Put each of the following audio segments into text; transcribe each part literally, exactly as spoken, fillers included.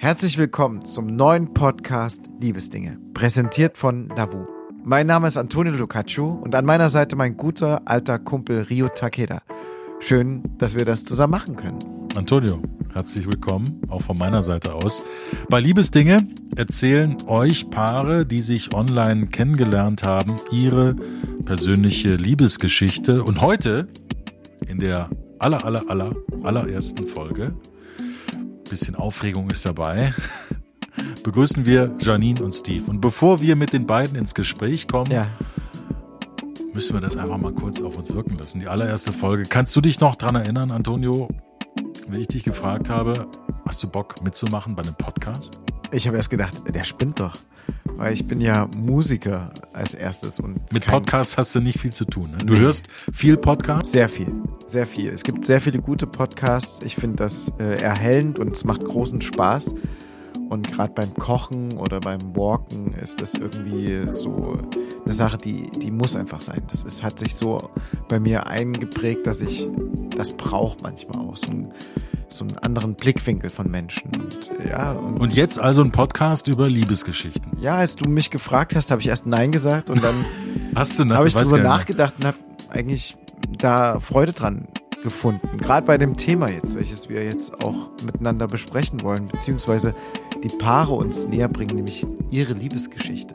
Herzlich willkommen zum neuen Podcast Liebesdinge, präsentiert von Lavu. Mein Name ist Antonio Lucaccio und an meiner Seite mein guter alter Kumpel Ryo Takeda. Schön, dass wir das zusammen machen können. Antonio, herzlich willkommen, auch von meiner Seite aus. Bei Liebesdinge erzählen euch Paare, die sich online kennengelernt haben, ihre persönliche Liebesgeschichte. Und heute, in der aller, aller, aller, allerersten Folge, bisschen Aufregung ist dabei, begrüßen wir Janine und Steve. Und bevor wir mit den beiden ins Gespräch kommen, ja. müssen wir das einfach mal kurz auf uns wirken lassen. Die allererste Folge. Kannst du dich noch dran erinnern, Antonio, wie ich dich gefragt habe, hast du Bock mitzumachen bei einem Podcast? Ich habe erst gedacht, der spinnt doch. Weil ich bin ja Musiker als erstes. Und mit Podcasts hast du nicht viel zu tun. Ne? Du nee. hörst viel Podcasts? Sehr viel, sehr viel. Es gibt sehr viele gute Podcasts. Ich finde das äh, erhellend und es macht großen Spaß. Und gerade beim Kochen oder beim Walken ist das irgendwie so eine Sache, die, die muss einfach sein. Das ist, hat sich so bei mir eingeprägt, dass ich das brauche manchmal auch. So, ein, so einen anderen Blickwinkel von Menschen. Und, ja, und, und jetzt also ein Podcast über Liebesgeschichten. Ja, als du mich gefragt hast, habe ich erst Nein gesagt und dann hast du habe ich drüber nachgedacht und habe eigentlich da Freude dran gefunden. Gerade bei dem Thema jetzt, welches wir jetzt auch miteinander besprechen wollen, beziehungsweise die Paare uns näher bringen, nämlich ihre Liebesgeschichte.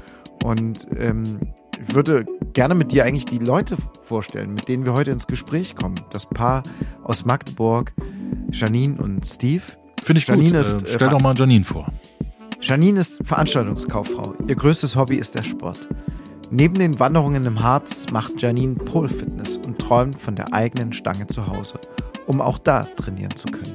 Und ähm, ich würde gerne mit dir eigentlich die Leute vorstellen, mit denen wir heute ins Gespräch kommen. Das Paar aus Magdeburg, Janine und Steve. Finde ich Janine gut. Ist, äh, stell äh, doch mal Janine vor. Janine ist Veranstaltungskauffrau. Ihr größtes Hobby ist der Sport. Neben den Wanderungen im Harz macht Janine Pole Fitness und träumt von der eigenen Stange zu Hause, um auch da trainieren zu können.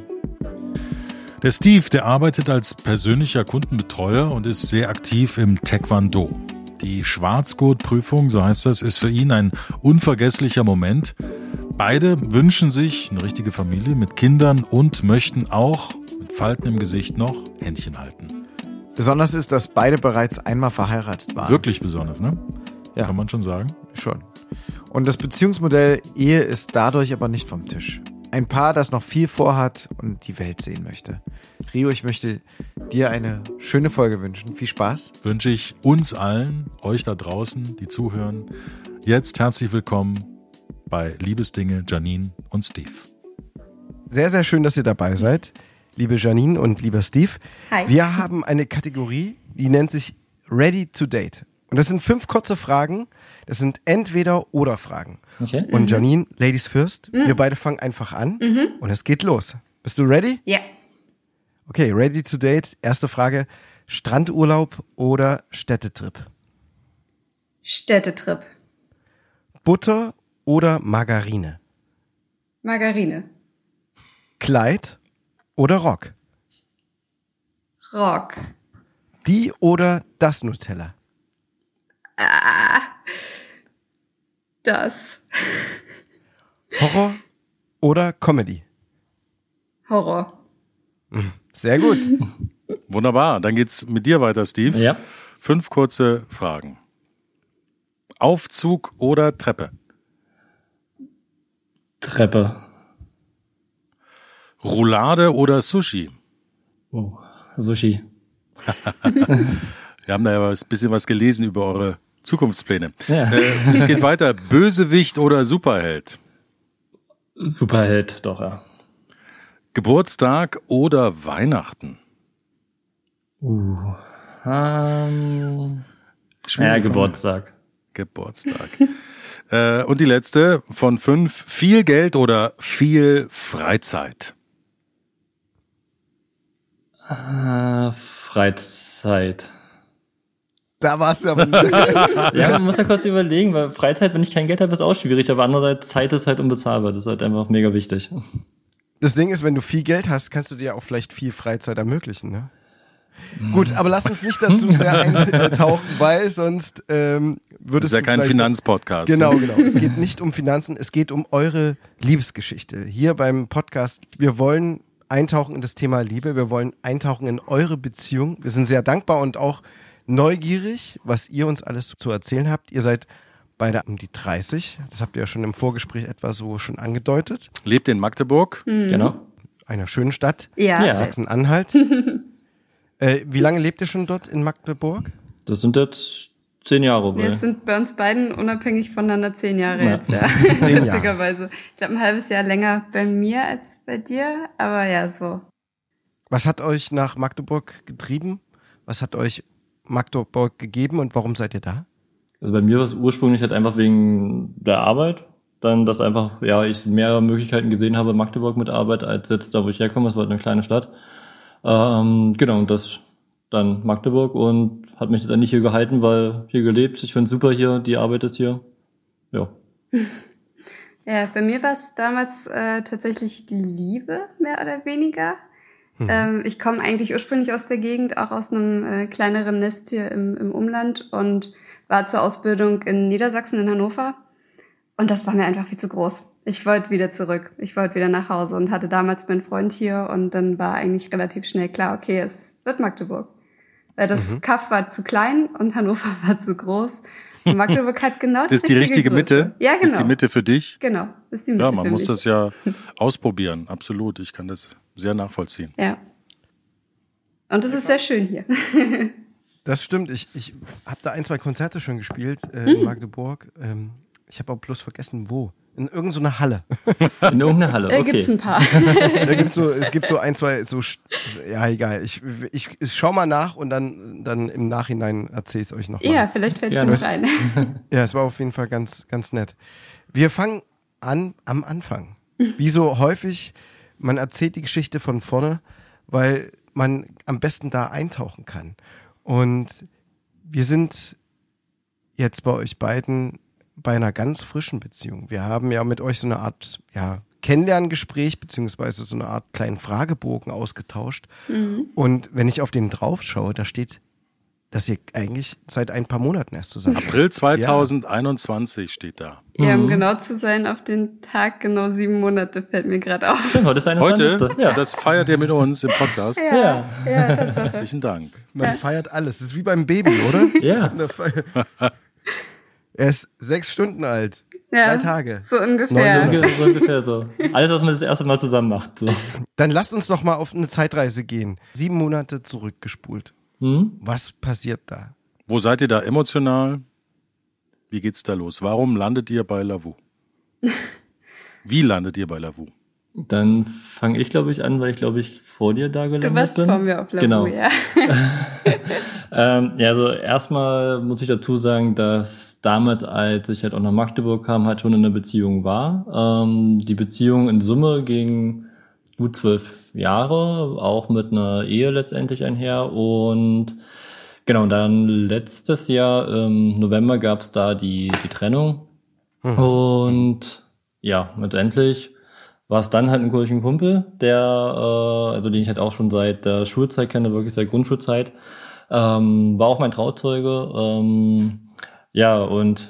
Der Steve, der arbeitet als persönlicher Kundenbetreuer und ist sehr aktiv im Taekwondo. Die Schwarzgurtprüfung, so heißt das, ist für ihn ein unvergesslicher Moment. Beide wünschen sich eine richtige Familie mit Kindern und möchten auch mit Falten im Gesicht noch Händchen halten. Besonders ist, dass beide bereits einmal verheiratet waren. Wirklich besonders, ne? Ja. Kann man schon sagen. Schon. Und das Beziehungsmodell Ehe ist dadurch aber nicht vom Tisch. Ein Paar, das noch viel vorhat und die Welt sehen möchte. Rio, ich möchte dir eine schöne Folge wünschen. Viel Spaß. Wünsche ich uns allen, euch da draußen, die zuhören. Jetzt herzlich willkommen bei Liebesdinge, Janine und Steve. Sehr, sehr schön, dass ihr dabei seid, liebe Janine und lieber Steve. Hi. Wir haben eine Kategorie, die nennt sich Ready to Date. Und das sind fünf kurze Fragen. Das sind Entweder-Oder-Fragen. Okay. Und mhm. Janine, Ladies first. Mhm. Wir beide fangen einfach an. Mhm. Und es geht los. Bist du ready? Ja. Okay, ready to date. Erste Frage. Strandurlaub oder Städtetrip? Städtetrip. Butter oder Margarine? Margarine. Kleid oder Rock? Rock. Die oder das Nutella? Ah, das. Horror oder Comedy? Horror. Sehr gut. Wunderbar, dann geht's mit dir weiter, Steve. Ja. Fünf kurze Fragen. Aufzug oder Treppe? Treppe. Roulade oder Sushi? Oh, Sushi. Wir haben da ja ein bisschen was gelesen über eure Zukunftspläne. Ja. Äh, es geht weiter. Bösewicht oder Superheld? Superheld, doch, ja. Geburtstag oder Weihnachten? Uh, ähm, Schwierig. Ja, Geburtstag. Geburtstag. äh, und die letzte von fünf. Viel Geld oder viel Freizeit? Äh, Freizeit. Da warst du aber nicht. Ja, man muss ja kurz überlegen, weil Freizeit, wenn ich kein Geld habe, ist auch schwierig, aber andererseits Zeit ist halt unbezahlbar, das ist halt einfach mega wichtig. Das Ding ist, wenn du viel Geld hast, kannst du dir auch vielleicht viel Freizeit ermöglichen, ne? Gut, aber lass uns nicht dazu sehr eintauchen, weil sonst ähm, würdest du. Das ist ja kein Finanzpodcast. Genau, genau. Es geht nicht um Finanzen, es geht um eure Liebesgeschichte. Hier beim Podcast, wir wollen eintauchen in das Thema Liebe, wir wollen eintauchen in eure Beziehung. Wir sind sehr dankbar und auch neugierig, was ihr uns alles zu erzählen habt. Ihr seid beide um die dreißig, das habt ihr ja schon im Vorgespräch etwa so schon angedeutet. Lebt in Magdeburg. Mhm. Genau. Einer schönen Stadt, Ja. Ja. Sachsen-Anhalt. Äh, wie lange lebt ihr schon dort in Magdeburg? Das sind jetzt zehn Jahre. Wir sind bei uns beiden unabhängig voneinander zehn Jahre Ja. jetzt, ja. Zehn Jahre. Witzigerweise. Ich glaube, ein halbes Jahr länger bei mir als bei dir, aber ja, so. Was hat euch nach Magdeburg getrieben? Was hat euch Magdeburg gegeben und warum seid ihr da? Also bei mir war es ursprünglich halt einfach wegen der Arbeit. Dann, dass einfach, ja, ich mehrere Möglichkeiten gesehen habe, Magdeburg mit Arbeit, als jetzt da, wo ich herkomme. Es war halt eine kleine Stadt. Ähm, genau, und das dann Magdeburg und hat mich dann nicht hier gehalten, weil hier gelebt. Ich finde super hier, die Arbeit ist hier. Ja. Ja, bei mir war es damals äh, tatsächlich die Liebe, mehr oder weniger. Mhm. Ähm, ich komme eigentlich ursprünglich aus der Gegend, auch aus einem äh, kleineren Nest hier im, im Umland und war zur Ausbildung in Niedersachsen, in Hannover. Und das war mir einfach viel zu groß. Ich wollte wieder zurück. Ich wollte wieder nach Hause und hatte damals meinen Freund hier und dann war eigentlich relativ schnell klar, okay, es wird Magdeburg. Weil das mhm. Kaff war zu klein und Hannover war zu groß. Und Magdeburg hat genau das ist die richtige Größe. Mitte. Ja, genau. Das ist die Mitte für dich. Genau, das ist die Mitte Ja, man für muss mich. das ja ausprobieren. Absolut. Ich kann das sehr nachvollziehen. Ja. Und es ist sehr schön hier. Das stimmt. Ich, ich habe da ein, zwei Konzerte schon gespielt äh, in Magdeburg. Ähm, ich habe auch bloß vergessen, wo. In irgendeiner so Halle. In irgendeiner Halle, Da okay. gibt's ein paar. Da gibt's so, es gibt so ein, zwei, so, ja, egal. Ich, ich, ich schau mal nach und dann, dann im Nachhinein erzähle ich es euch nochmal. Ja, vielleicht fällt es Ja, dir das- noch ein. Ja, es war auf jeden Fall ganz, ganz nett. Wir fangen an am Anfang. Wie so häufig, man erzählt die Geschichte von vorne, weil man am besten da eintauchen kann. Und wir sind jetzt bei euch beiden bei einer ganz frischen Beziehung. Wir haben ja mit euch so eine Art, ja, Kennenlerngespräch, beziehungsweise so eine Art kleinen Fragebogen ausgetauscht. Mhm. Und wenn ich auf den drauf schaue, da steht, dass ihr eigentlich seit ein paar Monaten erst zusammen seid. April zweitausendeinundzwanzig steht da. Ja, um Mhm. genau zu sein, auf den Tag genau sieben Monate fällt mir gerade auf. Stimmt, heute ist eine Heute, Ja. das feiert ihr mit uns im Podcast. Ja, ja, ja Tatsache. Herzlichen Dank. Man feiert alles. Das ist wie beim Baby, oder? Ja. Eine Feier. Er ist sechs Stunden alt. Ja, Drei Tage. So So, ungefähr. unge- so ungefähr so. Alles, was man das erste Mal zusammen macht. So. Dann lasst uns doch mal auf eine Zeitreise gehen. Sieben Monate zurückgespult. Hm? Was passiert da? Wo seid ihr da emotional? Wie geht's da los? Warum landet ihr bei Lavu? Wie landet ihr bei Lavu? Dann fange ich, glaube ich, an, weil ich, glaube ich, vor dir da gelandet Du warst bin. vor mir auf Labu, Genau. ja. Ähm, ja, also erstmal muss ich dazu sagen, dass damals, als ich halt auch nach Magdeburg kam, halt schon in einer Beziehung war. Ähm, die Beziehung in Summe ging gut zwölf Jahre, auch mit einer Ehe letztendlich einher. Und genau, dann letztes Jahr im November gab es da die, die Trennung. Hm. Und ja, letztendlich war es dann halt ein cooler Kumpel, der, äh, also den ich halt auch schon seit der Schulzeit kenne, wirklich seit Grundschulzeit. Ähm, war auch mein Trauzeuge. Ähm, ja, und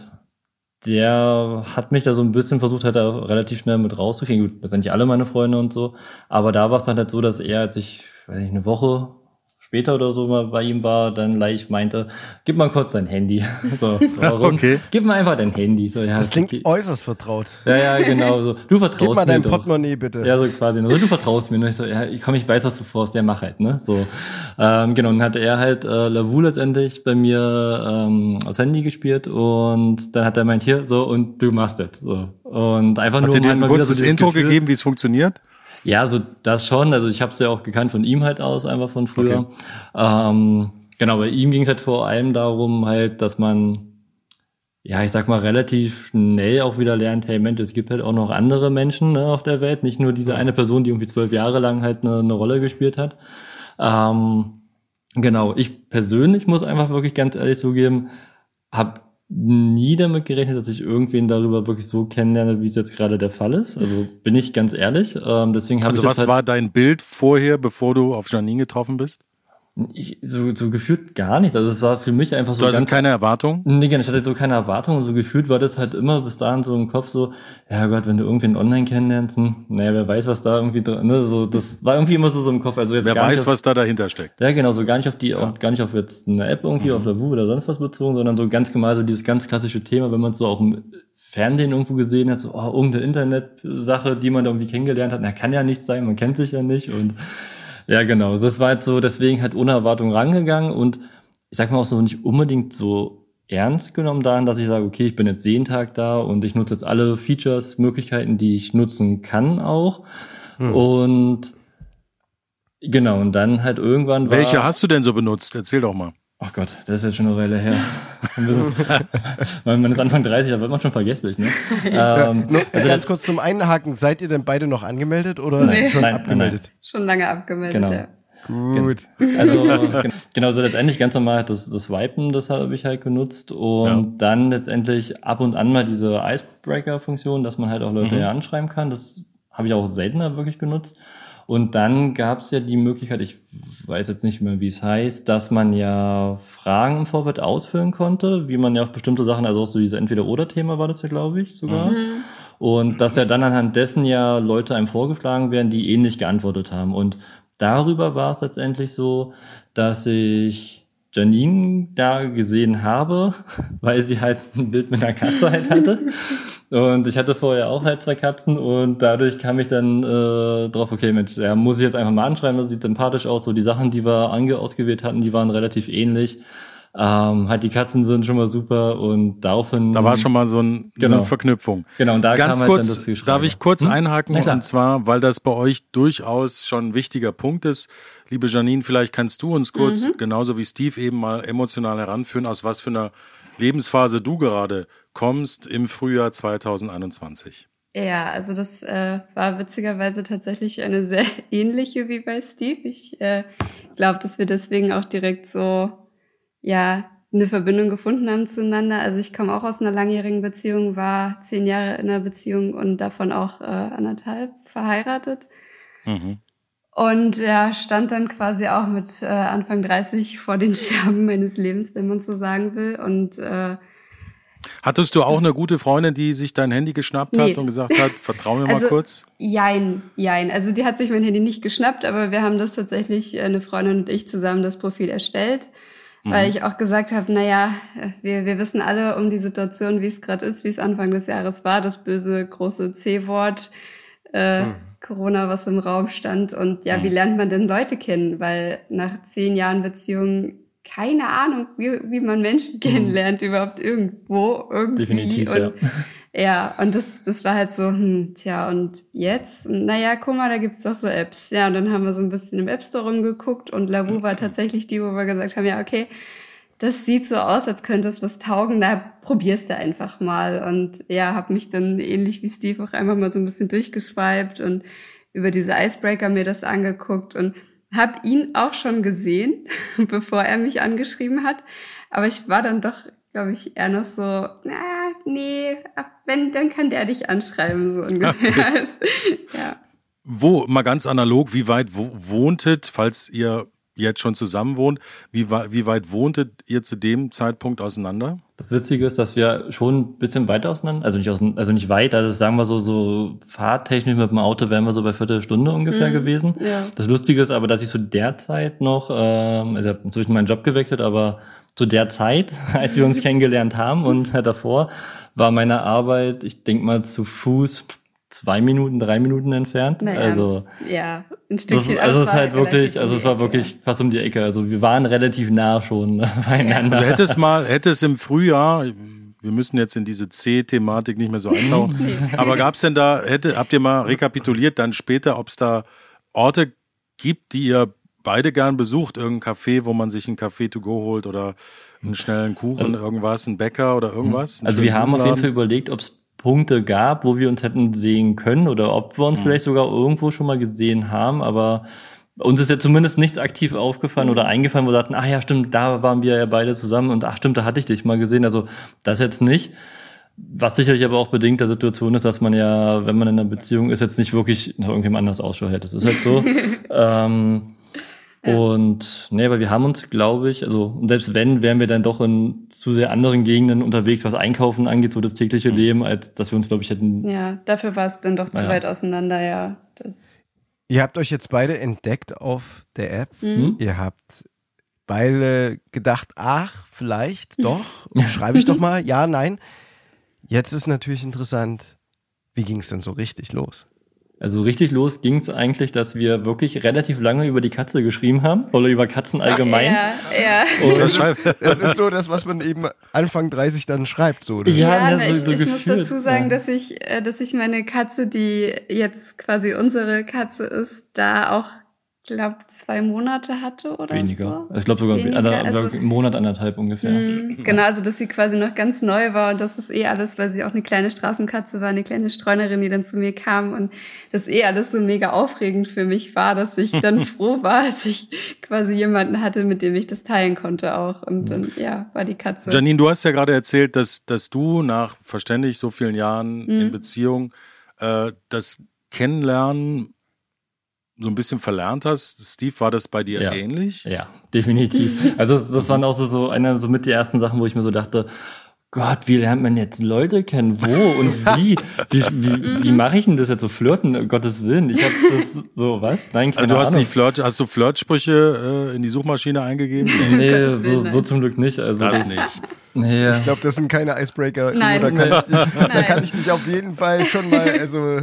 der hat mich da so ein bisschen versucht, halt da relativ schnell mit rauszukriegen. Gut, das sind nicht alle meine Freunde und so. Aber da war es dann halt so, dass er, als ich, weiß nicht, eine Woche später oder so mal bei ihm war, dann gleich meinte, gib mal kurz dein Handy. So, warum? Okay. Gib mal einfach dein Handy. So, ja, Das klingt okay. äußerst vertraut. Ja, ja, genau. So. Du vertraust Gib mal mir dein doch. Portemonnaie bitte. Ja, so quasi. So, du vertraust mir. Und ich so, ja, ich komm, ich weiß, was du vorhast. Ja, mach halt, ne? So. Ähm, genau. Und dann hatte er halt äh, Lavu letztendlich bei mir ähm, aufs Handy gespielt und dann hat er meint, hier, so, und du machst das. So. Und einfach Habt nur ihr dir halt ein mal wieder kurzes so dieses Intro Gefühl- gegeben, wie es funktioniert? Ja, so das schon. Also ich habe es ja auch gekannt von ihm halt aus, einfach von früher. Okay. Ähm, genau, bei ihm ging es halt vor allem darum halt, dass man, ja, ich sag mal, relativ schnell auch wieder lernt, hey Mensch, es gibt halt auch noch andere Menschen, ne, auf der Welt, nicht nur diese eine Person, die irgendwie zwölf Jahre lang halt eine, eine Rolle gespielt hat. Ähm, genau, ich persönlich muss einfach wirklich ganz ehrlich zugeben, habe nie damit gerechnet, dass ich irgendwen darüber wirklich so kennenlerne, wie es jetzt gerade der Fall ist. Also bin ich ganz ehrlich. Ähm, deswegen habe Also ich was das halt war dein Bild vorher, bevor du auf Janine getroffen bist? ich, so, so gefühlt gar nicht. Also es war für mich einfach so Du hattest ganz... keine Erwartung? Nee, genau, ich hatte so keine Erwartungen. So gefühlt war das halt immer bis dahin so im Kopf so, ja Gott, wenn du irgendwen online kennenlernst, hm, naja, wer weiß, was da irgendwie drin, ne, so, das war irgendwie immer so, so im Kopf. Also jetzt Wer gar nicht weiß, auf, was da dahinter steckt. ja, genau, so gar nicht auf die, auch gar nicht auf jetzt eine App irgendwie, auf der Wu oder sonst was bezogen, sondern so ganz normal so dieses ganz klassische Thema, wenn man es so auch im Fernsehen irgendwo gesehen hat, so, oh, irgendeine Internetsache, die man da irgendwie kennengelernt hat, na, kann ja nichts sein, man kennt sich ja nicht und Ja, genau. Das war halt so, deswegen halt ohne Erwartung rangegangen und ich sag mal auch so nicht unbedingt so ernst genommen daran, dass ich sage, okay, ich bin jetzt jeden Tag da und ich nutze jetzt alle Features, Möglichkeiten, die ich nutzen kann auch. Hm. Und genau, und dann halt irgendwann war... Welche hast du denn so benutzt? Erzähl doch mal. Oh Gott, das ist jetzt schon eine Weile her. Man ist Anfang dreißig, da wird man schon vergesslich, ne? Ja, ähm, nur, also ganz kurz zum Einhaken, seid ihr denn beide noch angemeldet oder nein, schon nein, abgemeldet? Nein, nein. Schon lange abgemeldet, genau. ja. Gut. Also genau, so letztendlich ganz normal das, das Wipen, das habe ich halt genutzt und ja. dann letztendlich ab und an mal diese Icebreaker-Funktion, dass man halt auch Leute mhm. ja anschreiben kann, das habe ich auch seltener wirklich genutzt. Und dann gab es ja die Möglichkeit, ich weiß jetzt nicht mehr, wie es heißt, dass man ja Fragen im Vorfeld ausfüllen konnte, wie man ja auf bestimmte Sachen, also auch so diese Entweder-Oder-Thema war das ja, glaube ich, sogar. Mhm. Und dass ja dann anhand dessen ja Leute einem vorgeschlagen werden, die ähnlich geantwortet haben. Und darüber war es letztendlich so, dass ich Janine da gesehen habe, weil sie halt ein Bild mit einer Katze halt hatte. Und ich hatte vorher auch halt zwei Katzen und dadurch kam ich dann äh, drauf, okay, Mensch, ja, muss ich jetzt einfach mal anschreiben, das sieht sympathisch aus. So die Sachen, die wir ange- ausgewählt hatten, die waren relativ ähnlich. Ähm, halt die Katzen sind schon mal super und daraufhin... Da war schon mal so ein, genau. eine Verknüpfung. Genau, und da Ganz kam kurz, halt dann das darf ich kurz hm? einhaken? Und zwar, weil das bei euch durchaus schon ein wichtiger Punkt ist. Liebe Janine, vielleicht kannst du uns kurz, mhm. genauso wie Steve eben mal emotional heranführen, aus was für einer Lebensphase du gerade kommst im Frühjahr zwanzig einundzwanzig. Ja, also das äh, war witzigerweise tatsächlich eine sehr ähnliche wie bei Steve. Ich äh, glaube, dass wir deswegen auch direkt so, ja, eine Verbindung gefunden haben zueinander. Also ich komme auch aus einer langjährigen Beziehung, war zehn Jahre in einer Beziehung und davon auch äh, anderthalb verheiratet. Mhm. Und ja, stand dann quasi auch mit äh, Anfang dreißig vor den Scherben meines Lebens, wenn man so sagen will. Und äh, hattest du auch eine gute Freundin, die sich dein Handy geschnappt nee. hat und gesagt hat, vertrau mir also, mal kurz? Jein, jein. Also die hat sich mein Handy nicht geschnappt, aber wir haben das tatsächlich, eine Freundin und ich zusammen das Profil erstellt, mhm. weil ich auch gesagt habe, naja, wir, wir wissen alle um die Situation, wie es gerade ist, wie es Anfang des Jahres war, das böse große C-Wort, äh, mhm. Corona, was im Raum stand. Und ja, mhm. wie lernt man denn Leute kennen? Weil nach zehn Jahren Beziehung keine Ahnung, wie, wie man Menschen kennenlernt, mhm. überhaupt irgendwo, irgendwie. Definitiv, und, ja. Ja, und das, das war halt so, hm, tja, und jetzt? Naja, guck mal, da gibt's doch so Apps. Ja, und dann haben wir so ein bisschen im App Store rumgeguckt und Lavu war tatsächlich die, wo wir gesagt haben, ja, okay, das sieht so aus, als könnte es was taugen, da probierst du einfach mal. Und ja, habe mich dann ähnlich wie Steve auch einfach mal so ein bisschen durchgeswiped und über diese Icebreaker mir das angeguckt und habe ihn auch schon gesehen, bevor er mich angeschrieben hat. Aber ich war dann doch, glaube ich, eher noch so, na, nee, wenn, dann kann der dich anschreiben, so ungefähr. Ja. Wo, mal ganz analog, wie weit wo, wohntet, falls ihr jetzt schon zusammen wohnt, wie, wie weit wohntet ihr zu dem Zeitpunkt auseinander? Das Witzige ist, dass wir schon ein bisschen weiter auseinander, also nicht auseinander, also nicht weit, also sagen wir so, so fahrtechnisch mit dem Auto wären wir so bei Viertelstunde ungefähr mhm, gewesen. Ja. Das Lustige ist aber, dass ich zu der Zeit noch, ähm, also ich habe inzwischen meinen Job gewechselt, aber zu der Zeit, als wir uns kennengelernt haben und davor, war meine Arbeit, ich denke mal zu Fuß zwei Minuten, drei Minuten entfernt. Naja, also ja, ein Stückchen. Das, also es ist halt wirklich, also es war wirklich Ecke, fast um die Ecke. Also wir waren relativ nah schon beieinander. Also hätte es mal, hätte es im Frühjahr, wir müssen jetzt in diese C-Thematik nicht mehr so eintauchen, nee. aber gab es denn da, hätte, habt ihr mal rekapituliert dann später, ob es da Orte gibt, die ihr beide gern besucht, irgendein Café, wo man sich einen Café to go holt oder einen schnellen Kuchen, irgendwas, einen Bäcker oder irgendwas? Also wir haben auf jeden Fall überlegt, ob es Punkte gab, wo wir uns hätten sehen können oder ob wir uns mhm. vielleicht sogar irgendwo schon mal gesehen haben, aber uns ist ja zumindest nichts aktiv aufgefallen mhm. oder eingefallen, wo wir sagten, ach ja, stimmt, da waren wir ja beide zusammen und ach stimmt, da hatte ich dich mal gesehen, also das jetzt nicht. Was sicherlich aber auch bedingt der Situation ist, dass man ja, wenn man in einer Beziehung ist, jetzt nicht wirklich nach irgendjemand anders Ausschau hält. Das ist halt so. ähm, Und nee, aber wir haben uns, glaube ich, also selbst wenn, wären wir dann doch in zu sehr anderen Gegenden unterwegs, was Einkaufen angeht, so das tägliche Leben, als dass wir uns, glaube ich, hätten... Ja, dafür war es dann doch zu ja. weit auseinander, ja. Das Ihr habt euch jetzt beide entdeckt auf der App. Mhm. Ihr habt beide gedacht, ach, vielleicht doch, schreibe ich doch mal, ja, nein. Jetzt ist natürlich interessant, wie ging es denn so richtig los? Also richtig los ging es eigentlich, dass wir wirklich relativ lange über die Katze geschrieben haben oder über Katzen allgemein. Ja, ja. Und Das ist, das ist so das, was man eben Anfang dreißig dann schreibt. So, oder? Ja, Ja, ne, na, so- ich, so ich muss gefühlt, dazu sagen, ja. dass ich, äh, dass ich meine Katze, die jetzt quasi unsere Katze ist, da auch, glaube zwei Monate hatte oder weniger. so. Ich glaube sogar Weniger, ander, also- einen Monat, anderthalb ungefähr. Mhm, genau, also dass sie quasi noch ganz neu war und das ist eh alles, weil sie auch eine kleine Straßenkatze war, eine kleine Streunerin, die dann zu mir kam und das eh alles so mega aufregend für mich war, dass ich dann froh war, als ich quasi jemanden hatte, mit dem ich das teilen konnte auch und dann, ja, war die Katze. Janine, du hast ja gerade erzählt, dass, dass du nach verständig so vielen Jahren Mhm. in Beziehung äh, das Kennenlernen so ein bisschen verlernt hast. Steve, war das bei dir Ja. ähnlich? Ja, definitiv. Also das, das waren auch so, so eine so mit die ersten Sachen, wo ich mir so dachte, Gott, wie lernt man jetzt Leute kennen? Wo und wie? Wie, wie, wie mache ich denn das jetzt so flirten? Um Gottes Willen. Ich habe das so, was? Nein, keine Also du hast Ahnung. nicht Flirt, hast du Flirtsprüche äh, in die Suchmaschine eingegeben? Nee, Gottes so, Willen, so nein. zum Glück nicht. Also Das nicht. Nee, Ich glaube, das sind keine Icebreaker. Nein. Da kann, ich dich, da Nein. kann ich dich auf jeden Fall schon mal, also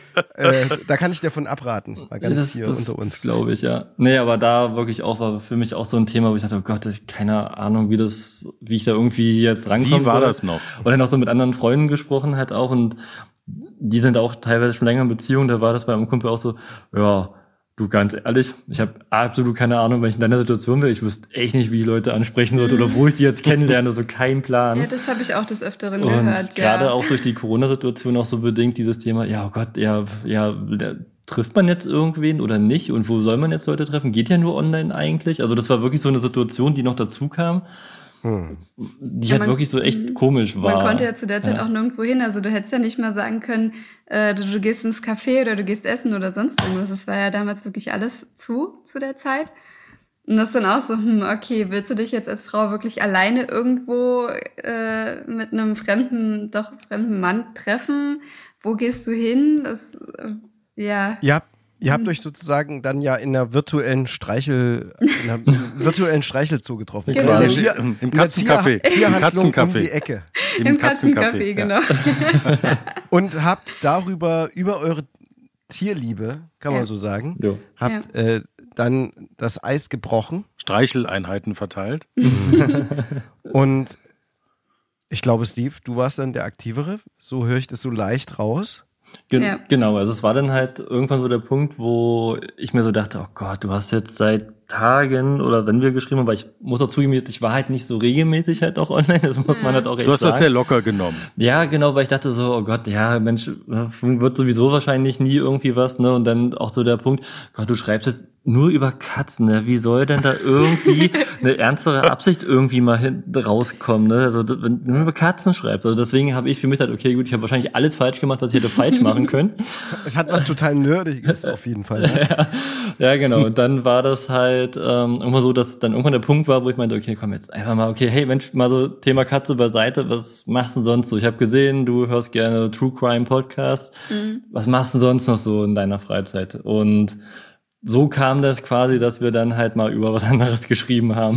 äh, da kann ich davon abraten. Mal ganz das, hier das, unter uns. das glaube ich, ja. Nee, aber da wirklich auch war für mich auch so ein Thema, wo ich dachte, oh Gott, ich keine Ahnung, wie das, wie ich da irgendwie jetzt rankomme. Wie war das noch? Und dann auch so mit anderen Freunden gesprochen halt auch und die sind auch teilweise schon länger in Beziehung, da war das bei einem Kumpel auch so, ja, du, ganz ehrlich, ich habe absolut keine Ahnung, wenn ich in deiner Situation wäre. Ich wüsste echt nicht, wie ich Leute ansprechen sollte oder wo ich die jetzt kennenlerne, so kein Plan. Ja, das habe ich auch des Öfteren Und gehört, gerade ja. auch durch die Corona-Situation auch so bedingt dieses Thema, ja, oh Gott, ja, ja, der, trifft man jetzt irgendwen oder nicht? Und wo soll man jetzt Leute treffen? Geht ja nur online eigentlich. Also das war wirklich so eine Situation, die noch dazu kam, Hm. die Ja, halt man- wirklich so echt komisch war. Man konnte ja zu der Zeit Ja. auch nirgendwo hin. Also du hättest ja nicht mal sagen können, äh, du, du gehst ins Café oder du gehst essen oder sonst irgendwas. Das war ja damals wirklich alles zu, zu der Zeit. Und das ist dann auch so, hm, okay, willst du dich jetzt als Frau wirklich alleine irgendwo äh, mit einem fremden, doch fremden Mann treffen? Wo gehst du hin? Das, äh, ja. Ihr habt, ihr habt euch sozusagen dann ja in einer virtuellen Streichel, in einer virtuellen Streichelzoo getroffen. Genau. In der Im- Tier- im in der Katzencafé. Tier- Tierhandlung Im Katzencafé. um die Ecke. Im Katzencafé, genau. Und habt darüber, über eure Tierliebe, kann man Ja. so sagen, Jo. habt äh, dann das Eis gebrochen. Streicheleinheiten verteilt. Und ich glaube, Steve, du warst dann der Aktivere. So höre ich das so leicht raus. Gen Ja. Genau, also es war dann halt irgendwann so der Punkt, wo ich mir so dachte, oh Gott, du hast jetzt seit Tagen oder wenn wir geschrieben haben, weil ich muss auch zugeben, ich war halt nicht so regelmäßig halt auch online, das muss man halt auch echt Du hast das sagen. sehr locker genommen. Ja, genau, weil ich dachte so, oh Gott, ja, Mensch, wird sowieso wahrscheinlich nie irgendwie was, ne? Und dann auch so der Punkt, Gott, du schreibst jetzt nur über Katzen, ne? Wie soll denn da irgendwie eine ernstere Absicht irgendwie mal hin, rauskommen, ne? Also wenn du über Katzen schreibst, also deswegen habe ich für mich gesagt, okay, gut, ich habe wahrscheinlich alles falsch gemacht, was ich hätte falsch machen können. Es hat was total Nerdiges auf jeden Fall. Ne? Ja, genau. Und dann war das halt ähm, irgendwann so, dass dann irgendwann der Punkt war, wo ich meinte, okay, komm jetzt einfach mal, okay, hey Mensch, mal so Thema Katze beiseite, was machst du sonst so? Ich habe gesehen, du hörst gerne True Crime Podcasts. Mhm. Was machst du sonst noch so in deiner Freizeit? Und so kam das quasi, dass wir dann halt mal über was anderes geschrieben haben.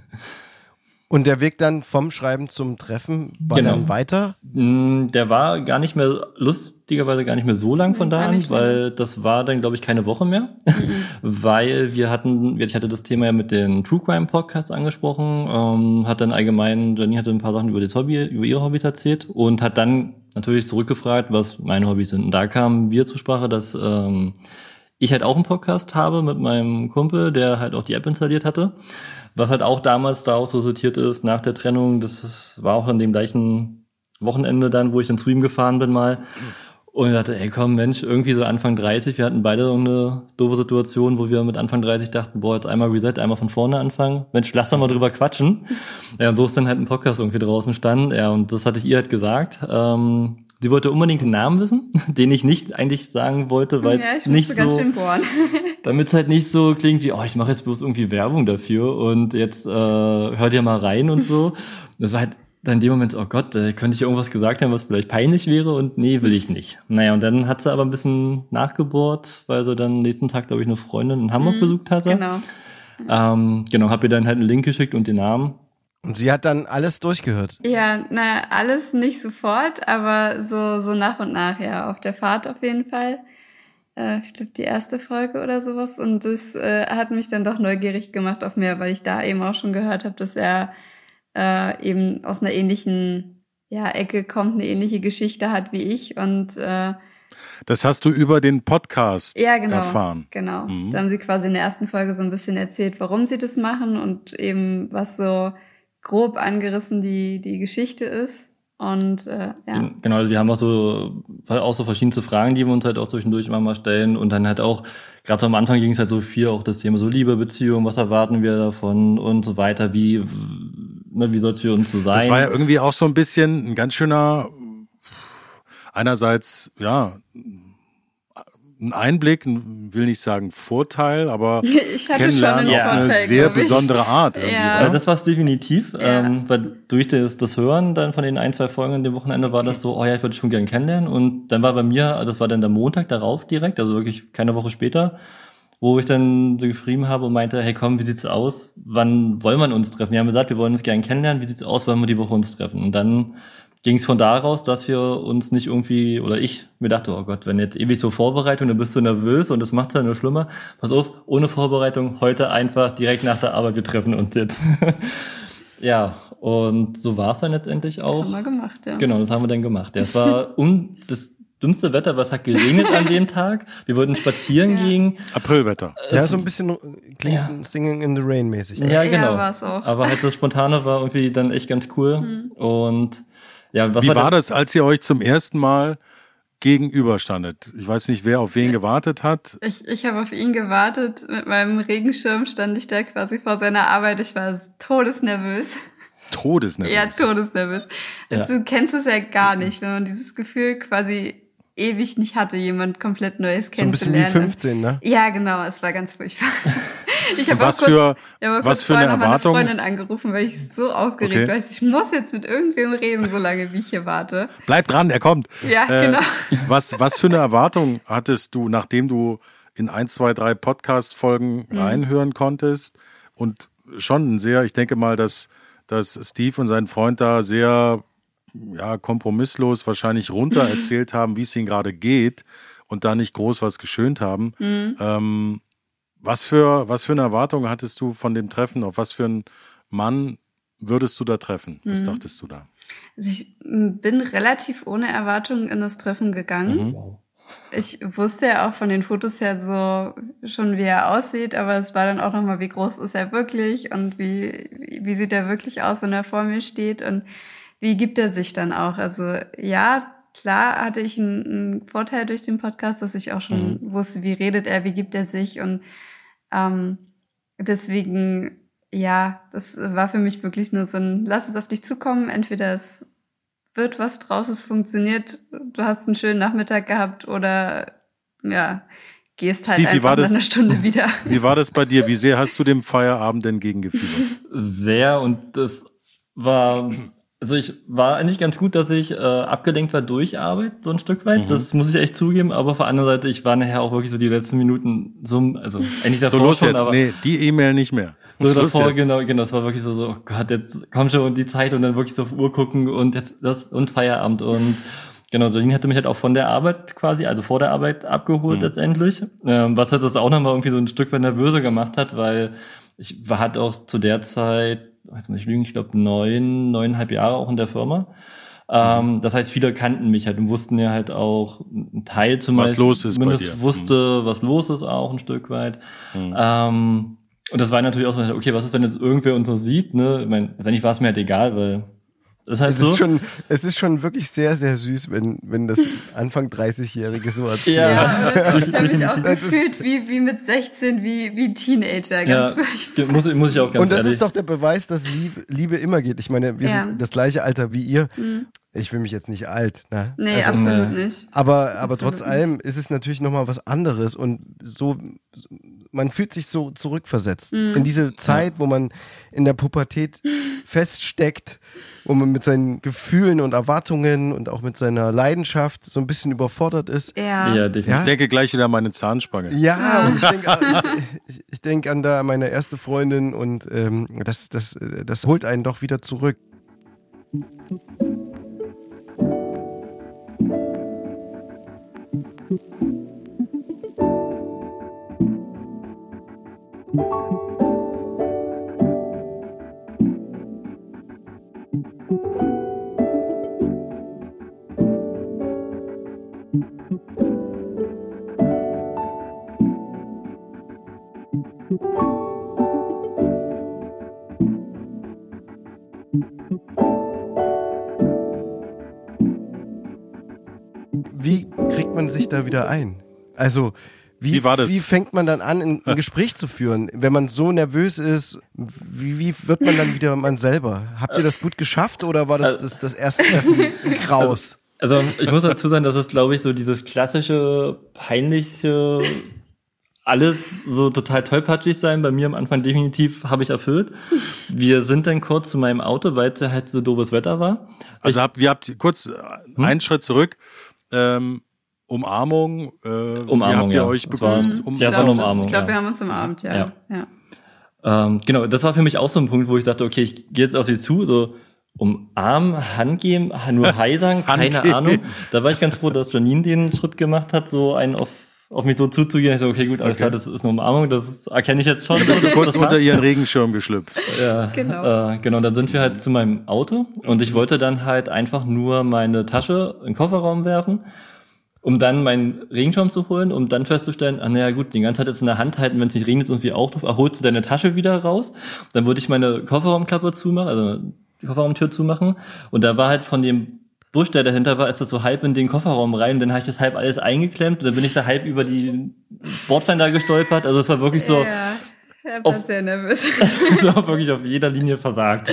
Und der Weg dann vom Schreiben zum Treffen war Genau. dann weiter. Mm, Der war gar nicht mehr, lustigerweise gar nicht mehr so lang von da Gar an, nicht weil das war dann, glaube ich, keine Woche mehr. Weil wir hatten, ich hatte das Thema ja mit den True Crime Podcasts angesprochen, ähm, hat dann allgemein, Janine hatte ein paar Sachen über das Hobby, über ihre Hobbys erzählt und hat dann natürlich zurückgefragt, was meine Hobbys sind. Und da kamen wir zur Sprache, dass ähm, ich halt auch einen Podcast habe mit meinem Kumpel, der halt auch die App installiert hatte. Was halt auch damals daraus resultiert ist, nach der Trennung, das war auch an dem gleichen Wochenende dann, wo ich dann zu ihm gefahren bin mal. Und ich dachte, ey komm, Mensch, irgendwie so Anfang dreißig, wir hatten beide eine doofe Situation, wo wir mit Anfang dreißig dachten, boah, jetzt einmal Reset, einmal von vorne anfangen. Mensch, lass doch mal drüber quatschen. Ja, und so ist dann halt ein Podcast irgendwie draußen stand. Ja, und das hatte ich ihr halt gesagt. Ähm, sie wollte unbedingt den Namen wissen, den ich nicht eigentlich sagen wollte, weil Ja, es ich nicht musste ganz so... schön bohren. Damit es halt nicht so klingt wie, oh, ich mache jetzt bloß irgendwie Werbung dafür und jetzt äh, hört ihr mal rein und so. Das war halt dann in dem Moment, oh Gott, da könnte ich irgendwas gesagt haben, was vielleicht peinlich wäre und nee, will ich nicht. Naja, und dann hat sie aber ein bisschen nachgebohrt, weil sie dann nächsten Tag, glaube ich, eine Freundin in Hamburg Mhm, besucht hatte. Genau. Ähm, genau, hab ihr dann halt einen Link geschickt und den Namen. Und sie hat dann alles durchgehört. Ja, na, alles nicht sofort, aber so, so nach und nach, ja, auf der Fahrt auf jeden Fall. äh, ich glaube, die erste Folge oder sowas. Und das äh, hat mich dann doch neugierig gemacht auf mehr, weil ich da eben auch schon gehört habe, dass er äh, eben aus einer ähnlichen ja, Ecke kommt, eine ähnliche Geschichte hat wie ich. Und äh, das hast du über den Podcast ja, genau, erfahren. Genau. Mhm. Da haben sie quasi in der ersten Folge so ein bisschen erzählt, warum sie das machen und eben was so grob angerissen die die Geschichte ist. Und äh, ja. Genau, also wir haben auch so auch so verschiedenste Fragen, die wir uns halt auch zwischendurch immer mal stellen. Und dann halt auch, gerade so am Anfang ging es halt so viel auch das Thema so Liebe, Beziehung, was erwarten wir davon und so weiter, wie, ne, wie soll es für uns so sein? Das war ja irgendwie auch so ein bisschen ein ganz schöner, einerseits, ja, ein Einblick, will nicht sagen Vorteil, aber ich hatte kennenlernen schon einen auf eine Vorteil, sehr glaub ich. besondere Art. Irgendwie, Ja. oder? Ja, das war es definitiv, Ja. ähm, weil durch das, das Hören dann von den ein, zwei Folgen an dem Wochenende war das so, oh ja, ich würde dich schon gerne kennenlernen. Und dann war bei mir, das war dann der Montag darauf direkt, also wirklich keine Woche später, wo ich dann so geschrieben habe und meinte, hey komm, wie sieht's aus? Wann wollen wir uns treffen? Wir haben gesagt, wir wollen uns gerne kennenlernen. Wie sieht's aus? Wollen wir die Woche uns treffen? Und dann ging es von da raus, dass wir uns nicht irgendwie, oder ich mir dachte, oh Gott, wenn jetzt ewig so Vorbereitung, dann bist du nervös und das macht's ja nur schlimmer. Pass auf, ohne Vorbereitung, heute einfach direkt nach der Arbeit, wir treffen uns jetzt. Ja, und so war es dann letztendlich auch. Haben wir gemacht, ja. Genau, das haben wir dann gemacht. Ja, es war un das dümmste Wetter, was hat geregnet an dem Tag. Wir wollten spazieren Ja. gehen. Aprilwetter. Ja, so ein bisschen klingt Ja. Singing in the Rain mäßig. Ja, Ja, genau. war's auch. Aber halt das Spontane war irgendwie dann echt ganz cool. Mhm. Und ja, was Wie war, war der- das, als ihr euch zum ersten Mal gegenüberstandet? Ich weiß nicht, wer auf wen gewartet hat. Ich, ich habe auf ihn gewartet. Mit meinem Regenschirm stand ich da quasi vor seiner Arbeit. Ich war todesnervös. Todesnervös. Ja, todesnervös. Ja. Also, du kennst es ja gar nicht, wenn man dieses Gefühl quasi ewig nicht hatte, jemand komplett Neues So ein bisschen kennenzulernen. wie fünfzehn, ne? Ja, genau, es war ganz furchtbar. Ich habe was auch kurz, für- ich hab auch was kurz für eine vorher noch Erwartung? meine Freundin angerufen, weil ich so aufgeregt Okay. war. Ich muss jetzt mit irgendwem reden, so lange wie ich hier warte. Bleib dran, er kommt. Ja, genau. Was, was für eine Erwartung hattest du, nachdem du in ein, zwei, drei Podcast-Folgen Mhm. reinhören konntest und schon ein sehr, ich denke mal, dass, dass Steve und sein Freund da sehr ja, kompromisslos wahrscheinlich runter erzählt haben, wie es ihnen gerade geht und da nicht groß was geschönt haben. Mhm. Ähm, was für, was für eine Erwartung hattest du von dem Treffen? Auf was für einen Mann würdest du da treffen? Was Mhm. dachtest du da? Also ich m, bin relativ ohne Erwartungen in das Treffen gegangen. Ich wusste ja auch von den Fotos her so schon, wie er aussieht, aber es war dann auch nochmal, wie groß ist er wirklich und wie, wie sieht er wirklich aus, wenn er vor mir steht und wie gibt er sich dann auch? Also ja, klar hatte ich einen, einen Vorteil durch den Podcast, dass ich auch schon Mhm. wusste, wie redet er, wie gibt er sich und ähm, deswegen, ja, das war für mich wirklich nur so ein, lass es auf dich zukommen, entweder es wird was draus, es funktioniert, du hast einen schönen Nachmittag gehabt oder ja, gehst halt Steve, wie einfach war nach das? einer Stunde wieder. Wie war das bei dir? Wie sehr hast du dem Feierabend denn gegengefiebert? sehr und das war, also ich war eigentlich ganz gut, dass ich äh, abgelenkt war durch Arbeit, so ein Stück weit. Mhm. Das muss ich echt zugeben, aber auf der anderen Seite, ich war nachher auch wirklich so die letzten Minuten so, also eigentlich davor So, los schon, jetzt. aber Nee, die E-Mail nicht mehr. so Schluss davor, jetzt. genau, genau, es war wirklich so, so, oh Gott, jetzt komm schon die Zeit und dann wirklich so auf Uhr gucken und jetzt das und Feierabend und genau, Jolene hatte mich halt auch von der Arbeit quasi, also vor der Arbeit abgeholt Mhm. letztendlich, ähm, was halt das auch nochmal irgendwie so ein Stück weit nervöser gemacht hat, weil ich war halt auch zu der Zeit, weiß nicht, lügen, ich glaube neun, neuneinhalb Jahre auch in der Firma. Ähm, das heißt, viele kannten mich halt und wussten ja halt auch ein Teil zum Was Beispiel, los ist bei zumindest dir. wusste, was los ist auch ein Stück weit. Mhm. Ähm, und das war natürlich auch so, okay, was ist, wenn jetzt irgendwer uns so sieht, ne? Ich meine, letztendlich war es mir halt egal, weil das ist halt Es so. ist schon, es ist schon wirklich sehr, sehr süß, wenn, wenn das Anfang dreißig-Jährige so erzählt. Ja. Ja, aber ich habe mich auch Das ist- gefühlt wie, wie mit sechzehn, wie, wie Teenager. ja, Ganz furchtbar. muss, muss ich auch ganz Und das ehrlich. ist doch der Beweis, dass Liebe, Liebe immer geht. Ich meine, wir Ja. sind das gleiche Alter wie ihr. Mhm. Ich fühle mich jetzt nicht alt. Ne? Nee, Also, absolut nee. nicht. aber aber Absolut trotz nicht. allem ist es natürlich nochmal was anderes und so, man fühlt sich so zurückversetzt Mhm. in diese Zeit, wo man in der Pubertät feststeckt, wo man mit seinen Gefühlen und Erwartungen und auch mit seiner Leidenschaft so ein bisschen überfordert ist. Ja. ja, definitiv. Ja? Ich denke gleich wieder an meine Zahnspange. Ja, und ich denke ich, ich denk an da meine erste Freundin und ähm, das, das, äh, das holt einen doch wieder zurück. man sich da wieder ein? Also, wie, Wie war das? Wie fängt man dann an, ein, ein Gespräch zu führen? Wenn man so nervös ist, wie, wie wird man dann wieder man selber? Habt ihr das gut geschafft oder war das das, das erste Treffen graus? Also ich muss dazu sagen, dass es, glaube ich, so dieses klassische, peinliche, alles so total tollpatschig sein, bei mir am Anfang definitiv habe ich erfüllt. Wir sind dann kurz zu meinem Auto, weil es ja halt so doofes Wetter war. Also habt, wir habt kurz hm? einen Schritt zurück. Ähm, Umarmung, äh, Umarmung, wie habt ihr ja. euch Das war- begrüßt? Um, ja, es war eine Umarmung. Ich glaube, ja. wir haben uns umarmt, ja. Ja. ja. Ähm, genau, das war für mich auch so ein Punkt, wo ich dachte, okay, ich gehe jetzt auf sie zu, so umarmen, Hand geben, nur Hi sagen, keine Hand Ahnung. geben. Da war ich ganz froh, dass Janine den Schritt gemacht hat, so einen auf, auf mich so zuzugehen. Ich so, okay, gut, alles Okay. klar, das ist eine Umarmung, das ist, erkenne ich jetzt schon. bist du kurz das unter passt. ihren Regenschirm geschlüpft. Ja, Genau. Äh, genau, dann sind wir halt zu meinem Auto und ich wollte dann halt einfach nur meine Tasche in den Kofferraum werfen, um dann meinen Regenschirm zu holen, um dann festzustellen, ah naja gut, die ganze Zeit jetzt in der Hand halten, wenn es nicht regnet, irgendwie auch drauf, holst du deine Tasche wieder raus. Dann würde ich meine Kofferraumklappe zumachen, also die Kofferraumtür zumachen und da war halt von dem Busch, der dahinter war, ist das so halb in den Kofferraum rein und dann habe ich das halb alles eingeklemmt und dann bin ich da halb über die Bordstein da gestolpert, also es war wirklich so, Ja, er war Auf- sehr nervös. so wirklich auf jeder Linie versagt.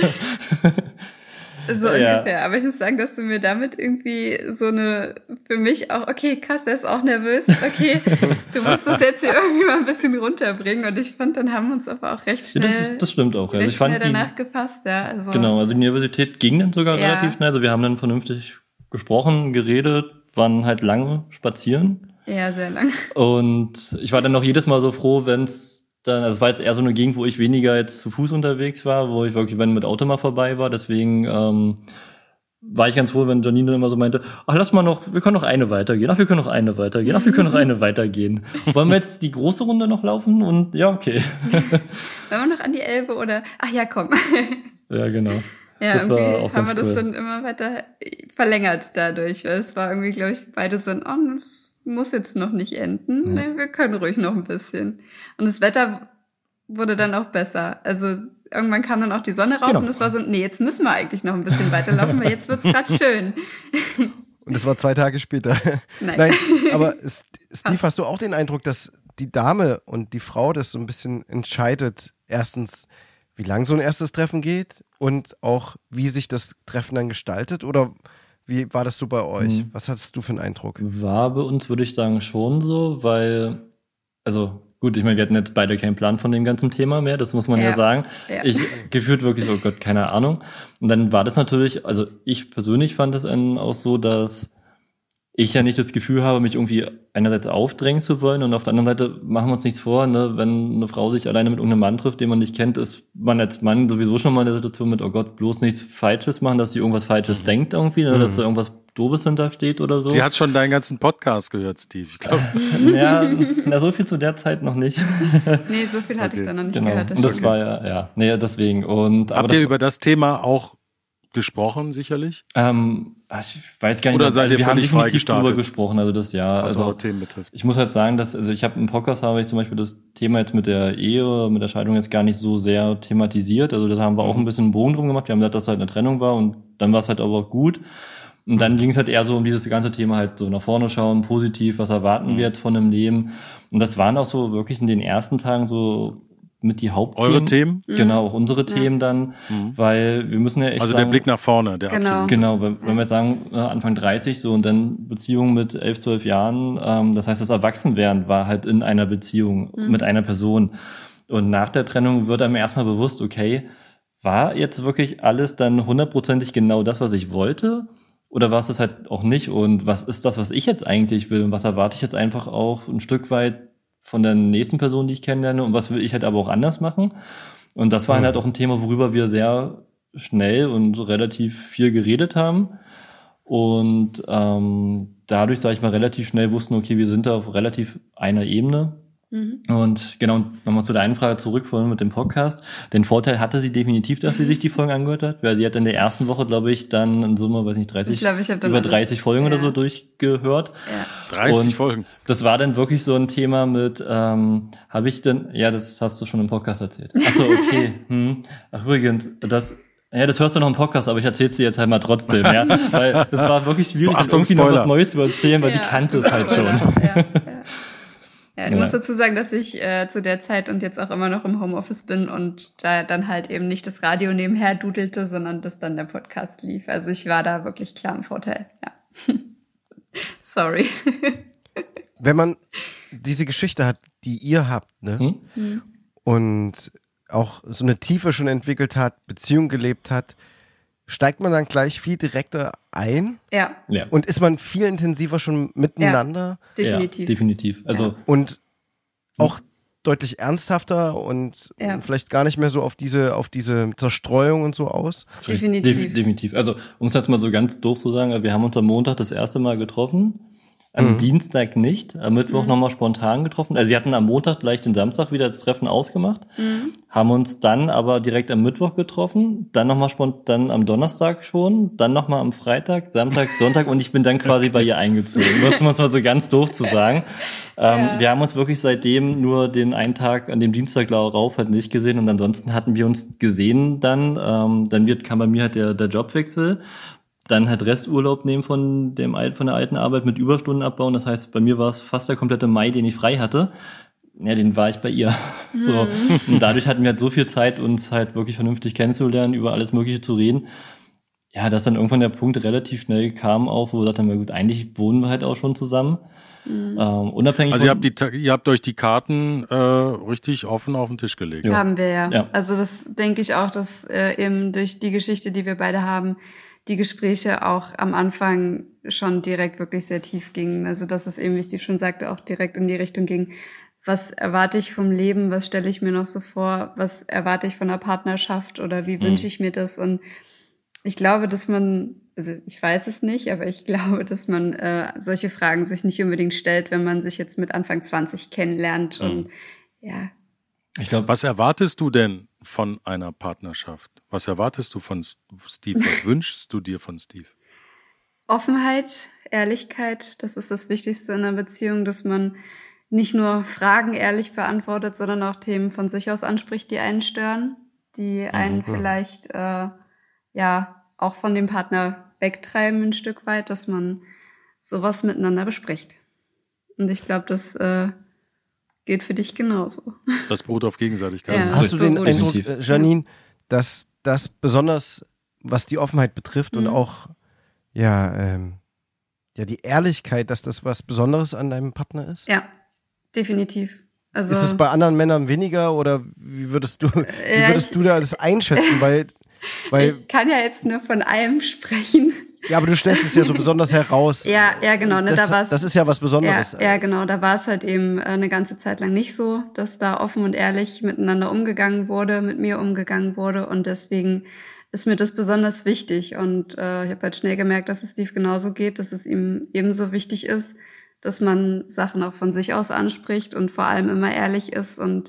So Ja. ungefähr. Aber ich muss sagen, dass du mir damit irgendwie so eine, für mich auch, okay, krass, er ist auch nervös. Okay, du musst das jetzt hier irgendwie mal ein bisschen runterbringen. Und ich fand, dann haben wir uns aber auch recht Ja, schnell, das, ist, das stimmt auch. Ja. Also recht ich fand schnell die, danach gefasst, ja. Also, genau, also die Nervosität ging dann sogar Ja. relativ schnell. Also wir haben dann vernünftig gesprochen, geredet, waren halt lange spazieren. Ja, sehr lang. Und ich war dann auch jedes Mal so froh, wenn es dann, also es war jetzt eher so eine Gegend, wo ich weniger jetzt zu Fuß unterwegs war, wo ich wirklich, wenn mit Auto mal vorbei war. Deswegen ähm, war ich ganz froh, wenn Janine immer so meinte, ach, lass mal noch, wir können noch eine weitergehen, ach, wir können noch eine weitergehen, ach, wir können noch eine weitergehen. Wollen wir jetzt die große Runde noch laufen? Und ja, okay. Wollen wir noch an die Elbe oder, ach ja, komm. Ja, genau. Ja, Das war irgendwie auch haben ganz wir das cool. dann immer weiter verlängert dadurch. Weil es war irgendwie, glaube ich, beide so, oh, das muss jetzt noch nicht enden. Nee, wir können ruhig noch ein bisschen. Und das Wetter wurde dann auch besser. Also irgendwann kam dann auch die Sonne raus Genau. und es war so, nee, jetzt müssen wir eigentlich noch ein bisschen weiterlaufen, weil jetzt wird's gerade schön. Und das war zwei Tage später. Nein. Nein, aber S- Steve, hast du auch den Eindruck, dass die Dame und die Frau das so ein bisschen entscheidet, erstens, wie lang so ein erstes Treffen geht und auch, wie sich das Treffen dann gestaltet? Oder wie war das so bei euch? Mhm. Was hattest du für einen Eindruck? War bei uns, würde ich sagen, schon so, weil, also gut, ich meine, wir hatten jetzt beide keinen Plan von dem ganzen Thema mehr, das muss man ja, Ja. sagen. Ja. Ich gefühlt wirklich, oh Gott, keine Ahnung. Und dann war das natürlich, also ich persönlich fand es dann auch so, dass ich ja nicht das Gefühl habe, mich irgendwie einerseits aufdrängen zu wollen und auf der anderen Seite machen wir uns nichts vor, ne, wenn eine Frau sich alleine mit irgendeinem Mann trifft, den man nicht kennt, ist man als Mann sowieso schon mal in der Situation mit, oh Gott, bloß nichts Falsches machen, dass sie irgendwas Falsches Mhm. denkt irgendwie, ne, dass da irgendwas Doofes hintersteht oder so. Sie hat schon deinen ganzen Podcast gehört, Steve. Ich glaube, Ja, na, so viel zu der Zeit noch nicht. Nee, so viel hatte Okay. ich dann noch nicht Genau. gehört. Und das stimmt. war ja, ja, nee, deswegen. Und, aber habt ihr das, über das Thema auch gesprochen, sicherlich? ähm, ich weiß gar nicht, Oder mehr, seid also ihr wir haben völlig frei definitiv drüber gestartet? gesprochen, also das ja, Was also eure Themen betrifft. ich muss halt sagen, dass, also ich habe im Podcast habe ich zum Beispiel das Thema jetzt mit der Ehe, mit der Scheidung jetzt gar nicht so sehr thematisiert. Also das haben wir auch ein bisschen einen Bogen drum gemacht. Wir haben gesagt, dass halt eine Trennung war und dann war es halt aber auch gut. Und dann ging es halt eher so um dieses ganze Thema halt so nach vorne schauen, positiv, was erwarten wir jetzt von einem Leben. Und das waren auch so wirklich in den ersten Tagen so mit die Hauptthemen. Eure Themen? Genau, auch unsere Themen dann, weil wir müssen ja echt Also sagen, der Blick nach vorne, der Genau. absolute. Genau, wenn, wenn wir jetzt sagen, äh, Anfang dreißig so und dann Beziehung mit elf, zwölf Jahren, ähm, das heißt, das Erwachsenwerden war halt in einer Beziehung mit einer Person. Und nach der Trennung wird einem erstmal bewusst, okay, war jetzt wirklich alles dann hundertprozentig genau das, was ich wollte? Oder war es das halt auch nicht? Und was ist das, was ich jetzt eigentlich will? Und was erwarte ich jetzt einfach auch ein Stück weit von der nächsten Person, die ich kennenlerne? Und was will ich halt aber auch anders machen? Und das war halt auch ein Thema, worüber wir sehr schnell und relativ viel geredet haben. Und ähm, dadurch, sage ich mal, relativ schnell wussten, okay, wir sind da auf relativ einer Ebene. Mhm. Und genau, nochmal zu der einen Frage zurück vorhin mit dem Podcast. Den Vorteil hatte sie definitiv, dass sie sich die Folgen angehört hat, weil sie hat in der ersten Woche, glaube ich, dann in Summe, weiß nicht, dreißig, Ich glaube, ich habe dann über alles- dreißig Folgen ja. oder so durchgehört. Ja. dreißig Und Folgen. Das war dann wirklich so ein Thema mit, ähm, habe ich denn, ja, das hast du schon im Podcast erzählt. Ach so, okay. hm. Ach übrigens, das Ja, das hörst du noch im Podcast, aber ich erzähl's dir jetzt halt mal trotzdem, ja. Weil das war wirklich schwierig, Achtung, irgendwie noch Spoiler. was Neues zu erzählen, weil Ja, die kannte es halt schon. Ja, ja. Ja, ich Ja. muss dazu sagen, dass ich äh, zu der Zeit und jetzt auch immer noch im Homeoffice bin und da dann halt eben nicht das Radio nebenher dudelte, sondern dass dann der Podcast lief. Also ich war da wirklich klar im Vorteil, ja. Sorry. Wenn man diese Geschichte hat, die ihr habt, ne? Hm? Und auch so eine Tiefe schon entwickelt hat, Beziehung gelebt hat, steigt man dann gleich viel direkter ein Ja, Ja. und ist man viel intensiver schon miteinander definitiv. Ja, definitiv. Also, und auch deutlich ernsthafter und Ja. vielleicht gar nicht mehr so auf diese, auf diese Zerstreuung und so aus. Definitiv. Def- definitiv. Also, um es jetzt mal so ganz doof zu sagen, wir haben uns am Montag das erste Mal getroffen. Am Mhm. Dienstag nicht, am Mittwoch Mhm. nochmal spontan getroffen. Also wir hatten am Montag gleich den Samstag wieder das Treffen ausgemacht, Mhm. haben uns dann aber direkt am Mittwoch getroffen, dann nochmal spontan am Donnerstag schon, dann nochmal am Freitag, Samstag, Sonntag und ich bin dann quasi bei ihr eingezogen. Das muss man so ganz doof zu sagen. Ähm, Ja. Wir haben uns wirklich seitdem nur den einen Tag an dem Dienstag darauf halt nicht gesehen und ansonsten hatten wir uns gesehen dann. Ähm, dann wird, kam bei mir halt der, der Jobwechsel. Dann halt Resturlaub nehmen von dem Al- von der alten Arbeit mit Überstunden abbauen. Das heißt, bei mir war es fast der komplette Mai, den ich frei hatte. Ja, den war ich bei ihr. So. Und dadurch hatten wir halt so viel Zeit, uns halt wirklich vernünftig kennenzulernen, über alles Mögliche zu reden. Ja, dass dann irgendwann der Punkt relativ schnell kam auf, wo wir dachten, na gut, eigentlich wohnen wir halt auch schon zusammen. Ähm, unabhängig Also ihr von, habt, die, Ta- ihr habt euch die Karten äh, richtig offen auf den Tisch gelegt. Ja. Haben wir ja. Ja. Also das denke ich auch, dass äh, eben durch die Geschichte, die wir beide haben, die Gespräche auch am Anfang schon direkt wirklich sehr tief gingen. Also dass es eben, wie Steve schon sagte, auch direkt in die Richtung ging, was erwarte ich vom Leben, was stelle ich mir noch so vor, was erwarte ich von einer Partnerschaft oder wie wünsche ich mir das? Und ich glaube, dass man, also ich weiß es nicht, aber ich glaube, dass man äh, solche Fragen sich nicht unbedingt stellt, wenn man sich jetzt mit Anfang zwanzig kennenlernt. Und ja, ich glaube, Was erwartest du denn von einer Partnerschaft? Was erwartest du von S- Steve? Was wünschst du dir von Steve? Offenheit, Ehrlichkeit, das ist das Wichtigste in einer Beziehung, dass man nicht nur Fragen ehrlich beantwortet, sondern auch Themen von sich aus anspricht, die einen stören, die einen vielleicht äh, ja auch von dem Partner wegtreiben ein Stück weit, dass man sowas miteinander bespricht. Und ich glaube, das äh, geht für dich genauso. Das beruht auf Gegenseitigkeit. Ja. Das ist Hast du den Definitiv. Eindruck, äh, Janine, dass das besonders, was die Offenheit betrifft und Mhm. auch ja, ähm, ja die Ehrlichkeit, dass das was Besonderes an deinem Partner ist? Ja, definitiv. Also Ist es bei anderen Männern weniger oder wie würdest du, wie Ja, würdest ich- du da das einschätzen? Weil, weil, ich kann ja jetzt nur von einem sprechen. ja, aber du stellst es ja so besonders heraus. Ja, ja, genau. Ne, das, da war's, das ist ja was Besonderes. Ja, ja, genau. Da war es halt eben äh, eine ganze Zeit lang nicht so, dass da offen und ehrlich miteinander umgegangen wurde, mit mir umgegangen wurde. Und deswegen ist mir das besonders wichtig. Und äh, ich habe halt schnell gemerkt, dass es Steve genauso geht, dass es ihm ebenso wichtig ist, dass man Sachen auch von sich aus anspricht und vor allem immer ehrlich ist. Und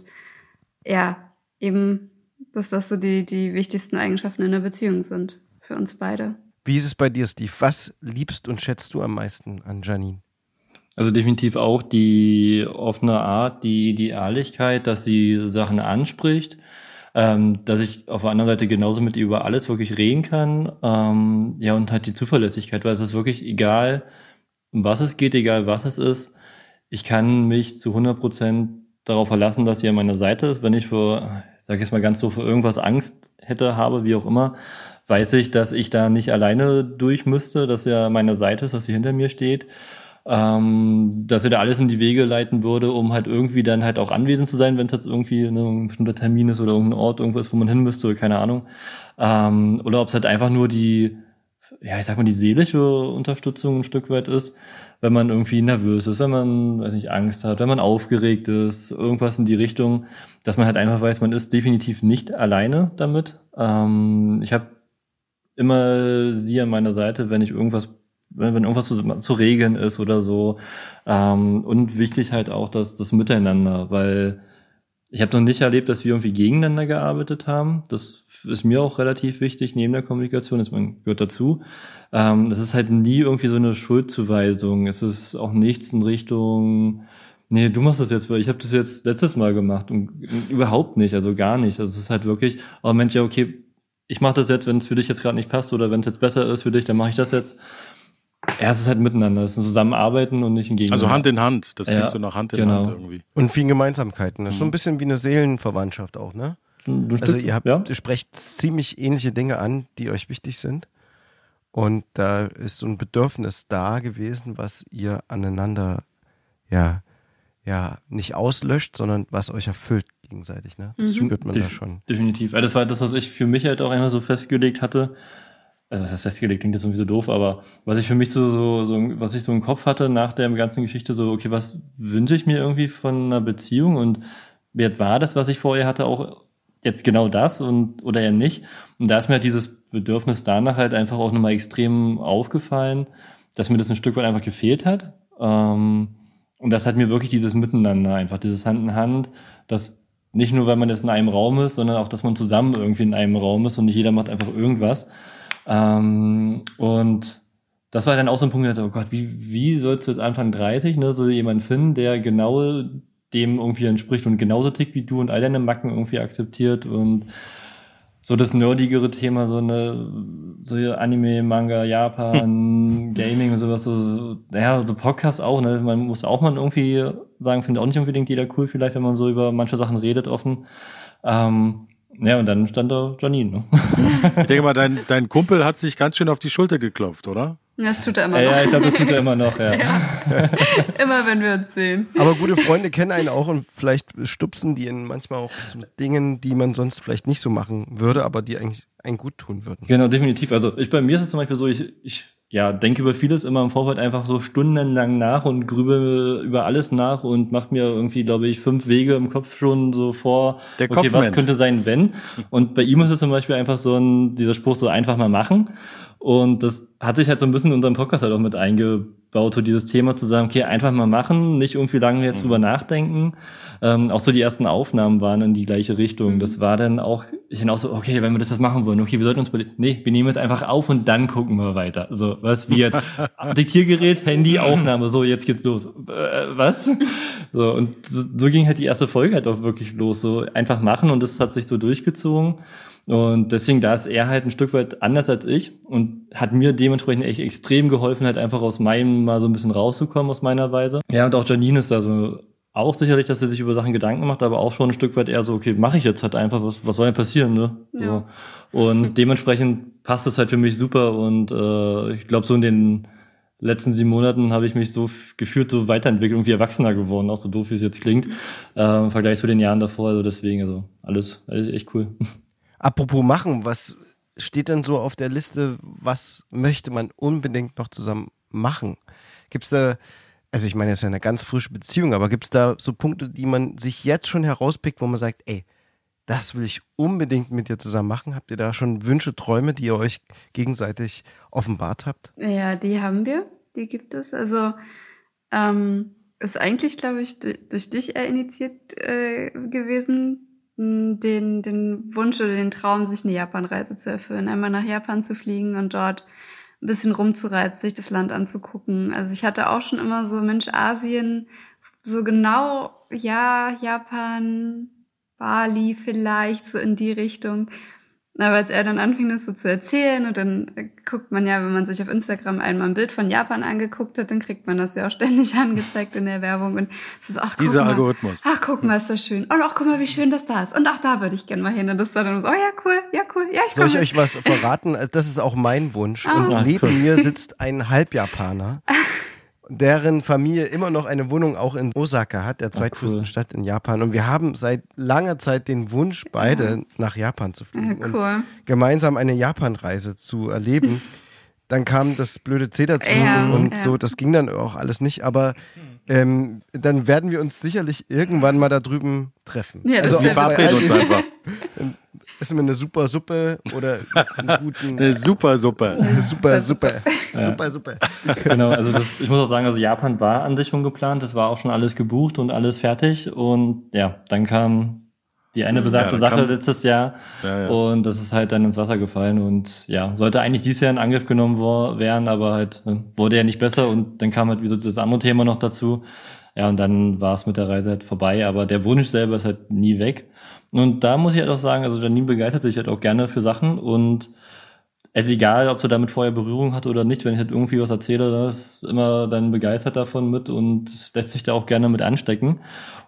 ja, eben, dass das so die, die wichtigsten Eigenschaften in einer Beziehung sind für uns beide. Wie ist es bei dir, Steve? Was liebst und schätzt du am meisten an Janine? Also definitiv auch die offene Art, die, die Ehrlichkeit, dass sie Sachen anspricht, ähm, dass ich auf der anderen Seite genauso mit ihr über alles wirklich reden kann, ähm, ja, und halt die Zuverlässigkeit, weil es ist wirklich egal, um was es geht, egal was es ist, ich kann mich zu hundert Prozent darauf verlassen, dass sie an meiner Seite ist. Wenn ich für, ich sage jetzt mal ganz so, für irgendwas Angst hätte, habe, wie auch immer, weiß ich, dass ich da nicht alleine durch müsste, dass sie an meiner Seite ist, dass sie hinter mir steht, ähm, dass sie da alles in die Wege leiten würde, um halt irgendwie dann halt auch anwesend zu sein, wenn es jetzt irgendwie ne, ein bestimmter Termin ist oder irgendein Ort, irgendwas, wo man hin müsste, keine Ahnung. Ähm, oder ob es halt einfach nur die, ja, ich sag mal, die seelische Unterstützung ein Stück weit ist, wenn man irgendwie nervös ist, wenn man, weiß nicht, Angst hat, wenn man aufgeregt ist, irgendwas in die Richtung, dass man halt einfach weiß, man ist definitiv nicht alleine damit. Ähm, ich habe immer sie an meiner Seite, wenn ich irgendwas, wenn, wenn irgendwas zu, zu regeln ist oder so. Ähm, und wichtig halt auch das, das Miteinander, weil ich habe noch nicht erlebt, dass wir irgendwie gegeneinander gearbeitet haben. Das ist mir auch relativ wichtig, neben der Kommunikation, das man gehört dazu. Ähm, das ist halt nie irgendwie so eine Schuldzuweisung. Es ist auch nichts in Richtung, nee, du machst das jetzt, weil ich habe das jetzt letztes Mal gemacht und überhaupt nicht, also gar nicht. Also es ist halt wirklich, oh Mensch, ja okay, ich mache das jetzt, wenn es für dich jetzt gerade nicht passt oder wenn es jetzt besser ist für dich, dann mache ich das jetzt. Ja, es ist halt miteinander, es ist ein Zusammenarbeiten und nicht ein Gegeneinander. Also Hand in Hand, das klingt Ja, so nach Hand in genau. Hand irgendwie. Und vielen Gemeinsamkeiten. Das ist so ein bisschen wie eine Seelenverwandtschaft auch, ne? Ein Also Stück, ihr habt, ja. ihr sprecht ziemlich ähnliche Dinge an, die euch wichtig sind. Und da ist so ein Bedürfnis da gewesen, was ihr aneinander ja, ja nicht auslöscht, sondern was euch erfüllt gegenseitig, ne? Das Mhm. spürt man da Def- schon. Definitiv. Also das war das, was ich für mich halt auch einmal so festgelegt hatte. Also was heißt festgelegt, klingt jetzt irgendwie so doof, aber was ich für mich so, so, so, was ich so im Kopf hatte nach der ganzen Geschichte, so, okay, was wünsche ich mir irgendwie von einer Beziehung und wer war das, was ich vorher hatte, auch jetzt genau das und oder eher nicht. Und da ist mir halt dieses Bedürfnis danach halt einfach auch nochmal extrem aufgefallen, dass mir das ein Stück weit einfach gefehlt hat. Ähm, und das hat mir wirklich dieses Miteinander, einfach dieses Hand in Hand, das nicht nur, weil man jetzt in einem Raum ist, sondern auch, dass man zusammen irgendwie in einem Raum ist und nicht jeder macht einfach irgendwas. Ähm, und das war dann auch so ein Punkt, wo ich dachte, oh Gott, wie, wie sollst du jetzt Anfang dreißig, ne, so jemanden finden, der genau dem irgendwie entspricht und genauso tickt wie du und all deine Macken irgendwie akzeptiert und so das nerdigere Thema, so eine, so Anime, Manga, Japan, Gaming und sowas, so, naja, so Podcasts auch, ne, man muss auch mal irgendwie sagen, findet auch nicht unbedingt jeder cool, vielleicht, wenn man so über manche Sachen redet offen, ähm, ja, und dann stand da Janine, ne? Ich denke mal, dein, dein Kumpel hat sich ganz schön auf die Schulter geklopft, oder? Das tut er immer Ja, noch. ja, ich glaube, das tut er immer noch, ja. Immer wenn wir uns sehen. Aber gute Freunde kennen einen auch und vielleicht stupsen die ihn manchmal auch zu Dingen, die man sonst vielleicht nicht so machen würde, aber die eigentlich einen gut tun würden. Genau, definitiv. Also ich bei mir ist es zum Beispiel so, ich, ich ja, denke über vieles immer im Vorfeld einfach so stundenlang nach und grübel über alles nach und mache mir irgendwie, glaube ich, fünf Wege im Kopf schon so vor, Der okay, Kopfmensch. was könnte sein, wenn? Und bei ihm ist es zum Beispiel einfach so ein, dieser Spruch so einfach mal machen. Und das hat sich halt so ein bisschen in unserem Podcast halt auch mit eingebaut, so dieses Thema zu sagen, okay, einfach mal machen, nicht irgendwie lange jetzt drüber nachdenken. Ähm, auch so die ersten Aufnahmen waren in die gleiche Richtung. Das war dann auch, ich dann auch so, okay, wenn wir das jetzt machen wollen, okay, wir sollten uns, nee, wir nehmen jetzt einfach auf und dann gucken wir weiter. So, was, wie jetzt, Diktiergerät, Handy, Aufnahme, so, jetzt geht's los. Äh, was? So, und so, so ging halt die erste Folge halt auch wirklich los, so einfach machen und das hat sich so durchgezogen. Und deswegen, da ist er halt ein Stück weit anders als ich und hat mir dementsprechend echt extrem geholfen, halt einfach aus meinem mal so ein bisschen rauszukommen, aus meiner Weise. Ja, und auch Janine ist da so auch sicherlich, dass sie sich über Sachen Gedanken macht, aber auch schon ein Stück weit eher so, okay, mache ich jetzt halt einfach, was, was soll denn passieren, ne? Ja. So. Und dementsprechend passt es halt für mich super und äh, ich glaube, so in den letzten sieben Monaten habe ich mich so f- gefühlt so weiterentwickelt und wie erwachsener geworden, auch so doof, wie es jetzt klingt, äh, im Vergleich zu den Jahren davor, also deswegen, also alles, alles echt cool. Apropos machen, was steht denn so auf der Liste, was möchte man unbedingt noch zusammen machen? Gibt's da, also ich meine, es ist ja eine ganz frische Beziehung, aber gibt's da so Punkte, die man sich jetzt schon herauspickt, wo man sagt, ey, das will ich unbedingt mit dir zusammen machen? Habt ihr da schon Wünsche, Träume, die ihr euch gegenseitig offenbart habt? Ja, die haben wir, die gibt es. Also ähm, ist eigentlich, glaube ich, durch, durch dich eher initiiert äh, gewesen, den, den Wunsch oder den Traum, sich eine Japanreise zu erfüllen, einmal nach Japan zu fliegen und dort ein bisschen rumzureizen, sich das Land anzugucken. Also ich hatte auch schon immer so, Mensch, Asien, so genau, ja, Japan, Bali vielleicht, so in die Richtung. Aber als er dann anfing, das so zu erzählen und dann guckt man ja, wenn man sich auf Instagram einmal ein Bild von Japan angeguckt hat, dann kriegt man das ja auch ständig angezeigt in der Werbung und es ist auch, guck Dieser mal, Algorithmus. ach, guck mal, ist das schön. Und auch, guck mal, wie schön das da ist. Und auch da würde ich gerne mal hin. Und das war dann so, oh ja, cool, ja, cool, ja, ich Soll komme. ich euch was verraten? Also das ist auch mein Wunsch. Ah. Und Ah, neben cool. mir sitzt ein Halbjapaner, deren Familie immer noch eine Wohnung auch in Osaka hat, der zweitgrößten cool. Stadt in Japan. Und wir haben seit langer Zeit den Wunsch, beide nach Japan zu fliegen Ja, und cool. gemeinsam eine Japanreise zu erleben. Dann kam das blöde C dazwischen Ja, und ja. so, das ging dann auch alles nicht. Aber ähm, dann werden wir uns sicherlich irgendwann mal da drüben treffen. Ja, das also wär Wir auch bei verabreden all uns den- einfach. Essen wir eine super Suppe oder einen guten Eine super Suppe. eine super Suppe. Super Suppe. Genau, also das, ich muss auch sagen, also Japan war an sich schon geplant, das war auch schon alles gebucht und alles fertig und ja, dann kam die eine besagte Ja, dann Sache kam- letztes Jahr Ja, ja. und das ist halt dann ins Wasser gefallen und ja, sollte eigentlich dieses Jahr in Angriff genommen wo- werden, aber halt äh, wurde ja nicht besser und dann kam halt wieder das andere Thema noch dazu. Ja, und dann war es mit der Reise halt vorbei, aber der Wunsch selber ist halt nie weg. Und da muss ich halt auch sagen, also Janine begeistert sich halt auch gerne für Sachen und also egal, ob sie damit vorher Berührung hatte oder nicht, wenn ich halt irgendwie was erzähle, dann ist immer dann begeistert davon mit und lässt sich da auch gerne mit anstecken.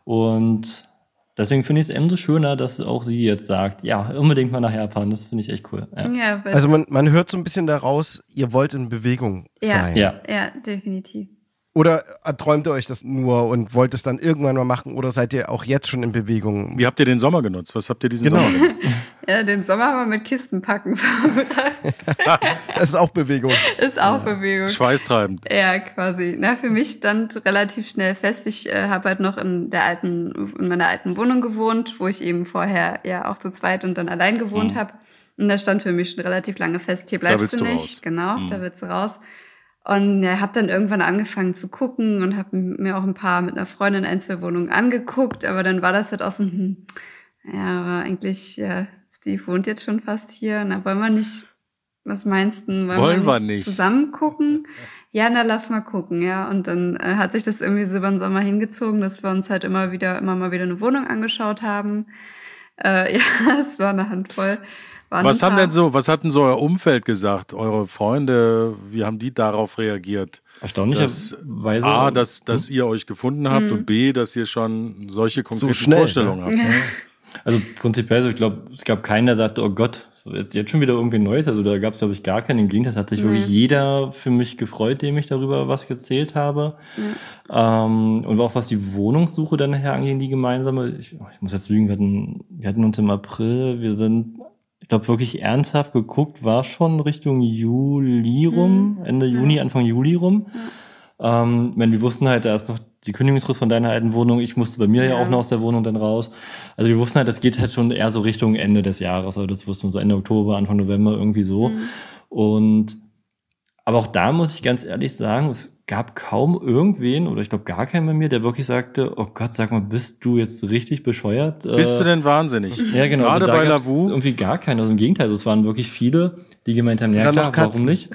Und deswegen finde ich es umso schöner, dass auch sie jetzt sagt, ja, unbedingt mal nach Japan. Das finde ich echt cool. Ja, Ja, weil- Also man, man hört so ein bisschen daraus, ihr wollt in Bewegung Ja. sein. ja. ja, definitiv. Oder träumt ihr euch das nur und wollt es dann irgendwann mal machen oder seid ihr auch jetzt schon in Bewegung? Wie habt ihr den Sommer genutzt? Was habt ihr diesen Genau. Sommer gemacht? Ja, den Sommer haben wir mit Kistenpacken vorbereitet. Das ist auch Bewegung. Ist auch Bewegung. Schweißtreibend. Ja, quasi. Na, für mich stand relativ schnell fest, ich äh, habe halt noch in der alten, in meiner alten Wohnung gewohnt, wo ich eben vorher ja auch zu zweit und dann allein gewohnt habe. Und da stand für mich schon relativ lange fest, hier bleibst willst du du nicht. raus. Genau, Mhm. da willst du raus. Und ja, habe dann irgendwann angefangen zu gucken und habe mir auch ein paar mit einer Freundin Einzelwohnungen angeguckt, aber dann war das halt auch so, hm, ja, aber eigentlich, ja, Steve wohnt jetzt schon fast hier, na, wollen wir nicht, was meinst du, wollen, Wollen wir wir nicht nicht. zusammen gucken? Ja, na, lass mal gucken, ja. Und dann äh, hat sich das irgendwie so über den Sommer hingezogen, dass wir uns halt immer wieder, immer mal wieder eine Wohnung angeschaut haben. Äh, ja, es war eine Handvoll. Waren Was ein haben paar- denn so, was hat denn so euer Umfeld gesagt? Eure Freunde, wie haben die darauf reagiert? Dass, Erstaunlicherweise. A, dass, dass ihr euch gefunden habt Mhm. und B, dass ihr schon solche konkreten schnell, Vorstellungen habt. Also prinzipiell, so, ich glaube, es gab keinen, der sagte, oh Gott, jetzt, jetzt schon wieder irgendwie Neues. Also da gab es, glaube ich, gar keinen. Im Gegenteil, es hat sich wirklich jeder für mich gefreut, dem ich darüber was erzählt habe. Ähm, und auch was die Wohnungssuche dann nachher anging, die gemeinsame. Ich, ich muss jetzt lügen, wir hatten, wir hatten uns im April, wir sind, ich glaube, wirklich ernsthaft geguckt, war schon Richtung Juli rum, Ende Juni, Anfang Juli rum. Ähm, wenn wir wussten halt, da ist noch die Kündigungsfrist von deiner alten Wohnung. Ich musste bei mir ja. Ja. auch noch aus der Wohnung dann raus. Also wir wussten halt, das geht halt schon eher so Richtung Ende des Jahres. Also das wussten wir so Ende Oktober, Anfang November irgendwie so. Mhm. Und aber auch da muss ich ganz ehrlich sagen, es gab kaum irgendwen oder ich glaube gar keinen bei mir, der wirklich sagte, oh Gott, sag mal, bist du jetzt richtig bescheuert? Bist Äh, du denn wahnsinnig? Ja, genau. Gerade also da bei gab's Lavu? irgendwie gar keinen. Also im Gegenteil, also es waren wirklich viele, die gemeint haben, ja Dann klar, noch Katzen. warum nicht?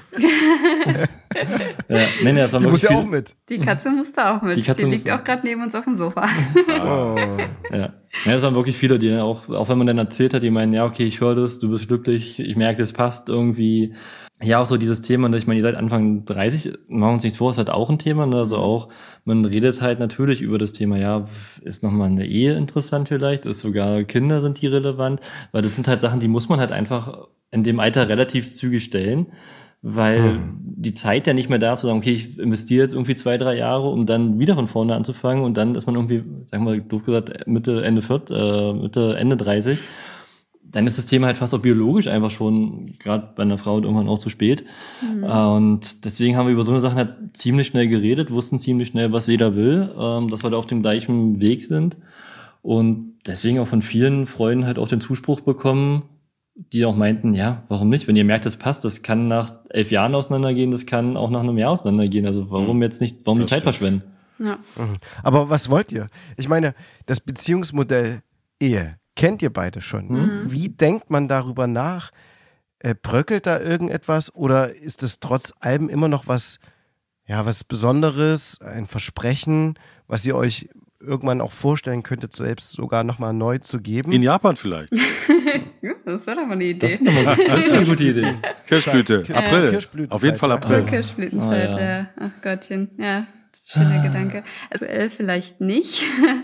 ja, nee, nee, das waren Die muss wirklich ja auch viele. mit. Die Katze musste auch mit. Die Katze Die musste liegt auch. auch gerade neben uns auf dem Sofa. Oh. Ja. ja, es waren wirklich viele, die dann auch, auch wenn man dann erzählt hat, die meinen, ja, okay, ich höre das, du bist glücklich, ich merke, das passt irgendwie. Ja, auch so dieses Thema, ne, ich meine, ihr seid Anfang dreißig, machen wir uns nichts vor, ist halt auch ein Thema, ne, also auch, man redet halt natürlich über das Thema, ja, ist nochmal eine Ehe interessant vielleicht, ist sogar Kinder sind die relevant, weil das sind halt Sachen, die muss man halt einfach in dem Alter relativ zügig stellen, weil Mhm. die Zeit ja nicht mehr da ist, zu sagen, okay, ich investiere jetzt irgendwie zwei, drei Jahre, um dann wieder von vorne anzufangen und dann ist man irgendwie, sagen wir mal, doof gesagt, Mitte, Ende viert, äh, Mitte, Ende dreißig. Dann ist das Thema halt fast auch biologisch einfach schon, gerade bei einer Frau irgendwann auch zu spät. Mhm. Und deswegen haben wir über so eine Sachen halt ziemlich schnell geredet, wussten ziemlich schnell, was jeder will, ähm, dass wir da auf dem gleichen Weg sind. Und deswegen auch von vielen Freunden halt auch den Zuspruch bekommen, die auch meinten, ja, warum nicht? Wenn ihr merkt, das passt, das kann nach elf Jahren auseinandergehen, das kann auch nach einem Jahr auseinandergehen. Also warum jetzt nicht, warum die Zeit verschwenden? Ja. Mhm. Aber was wollt ihr? Ich meine, das Beziehungsmodell Ehe kennt ihr beide schon. Mhm. Wie denkt man darüber nach? Äh, bröckelt da irgendetwas oder ist es trotz allem immer noch was, ja, was Besonderes, ein Versprechen, was ihr euch irgendwann auch vorstellen könntet, selbst sogar nochmal neu zu geben? In Japan vielleicht. Ja, das wäre doch mal eine Idee. Das ist, eine, das ist eine gute Idee. Kirschblüte. April. Kirschblütenzeit. Auf jeden Fall April. Kirschblütenzeit, Oh, ja. ja. Ach Gottchen, ja. Schöner Gedanke. Aktuell vielleicht nicht.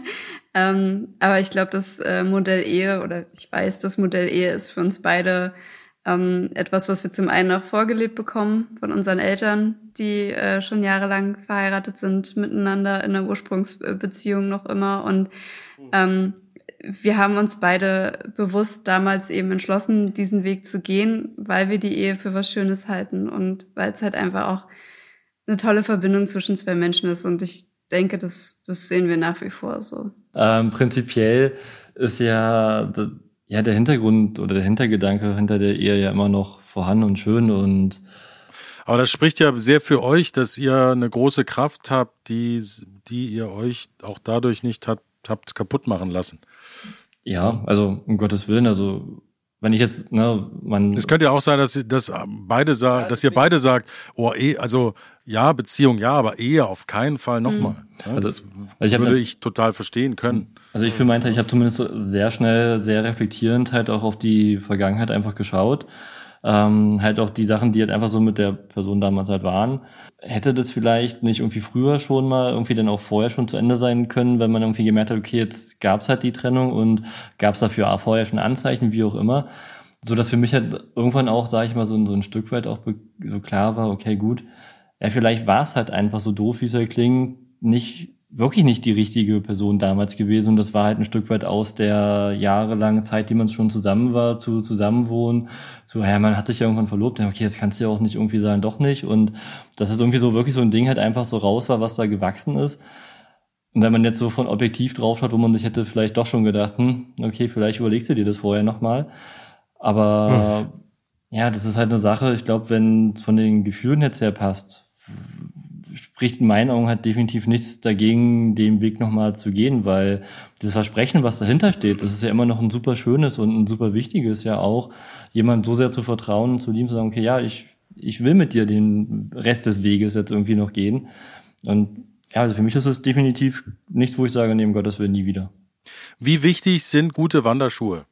ähm, aber ich glaube, das äh, Modell Ehe, oder ich weiß, das Modell Ehe ist für uns beide ähm, etwas, was wir zum einen auch vorgelebt bekommen von unseren Eltern, die äh, schon jahrelang verheiratet sind, miteinander in der Ursprungsbeziehung noch immer. Und ähm, wir haben uns beide bewusst damals eben entschlossen, diesen Weg zu gehen, weil wir die Ehe für was Schönes halten und weil es halt einfach auch eine tolle Verbindung zwischen zwei Menschen ist. Und ich denke, das, das sehen wir nach wie vor so. Ähm, prinzipiell ist ja, der, ja der Hintergrund oder der Hintergedanke hinter der Ehe ja immer noch vorhanden und schön und Aber das spricht ja sehr für euch, dass ihr eine große Kraft habt, die, die ihr euch auch dadurch nicht habt, habt kaputt machen lassen. ja, also um Gottes Willen, also wenn ich jetzt, ne, man... Es könnte ja auch sein, dass, dass beide sagen, dass ihr beide sagt, oh, eh, also ja, Beziehung, ja, aber Ehe auf keinen Fall nochmal. Ja, Also, das also ich hab würde ne- ich total verstehen können. Also ich für meinen Teil, ich habe zumindest sehr schnell, sehr reflektierend halt auch auf die Vergangenheit einfach geschaut. Ähm, halt auch die Sachen, die halt einfach so mit der Person damals halt waren. Hätte das vielleicht nicht irgendwie früher schon mal irgendwie dann auch vorher schon zu Ende sein können, wenn man irgendwie gemerkt hat, okay, jetzt gab's halt die Trennung und gab's dafür auch vorher schon Anzeichen, wie auch immer. So dass für mich halt irgendwann auch, sage ich mal, so ein, so ein Stück weit auch so klar war, okay, gut, ja, vielleicht war es halt einfach so doof, wie es halt klingt, nicht wirklich nicht die richtige Person damals gewesen und das war halt ein Stück weit aus der jahrelangen Zeit, die man schon zusammen war, zu Zusammenwohnen, so, ja, man hat sich ja irgendwann verlobt, ja, okay, jetzt kannst du ja auch nicht irgendwie sagen, doch nicht und dass es irgendwie so wirklich so ein Ding halt einfach so raus war, was da gewachsen ist und wenn man jetzt so von objektiv drauf schaut, wo man sich hätte vielleicht doch schon gedacht, hm, okay, vielleicht überlegst du dir das vorher nochmal, aber hm. ja, das ist halt eine Sache, ich glaube, wenn es von den Gefühlen jetzt her passt, spricht in meinen Augen halt definitiv nichts dagegen, den Weg nochmal zu gehen, weil das Versprechen, was dahinter steht, das ist ja immer noch ein super schönes und ein super wichtiges ja auch, jemand so sehr zu vertrauen, zu lieben, zu sagen, okay, ja, ich ich will mit dir den Rest des Weges jetzt irgendwie noch gehen. Und ja, also für mich ist es definitiv nichts, wo ich sage, nee, um Gottes Willen, nie wieder. Wie wichtig sind gute Wanderschuhe?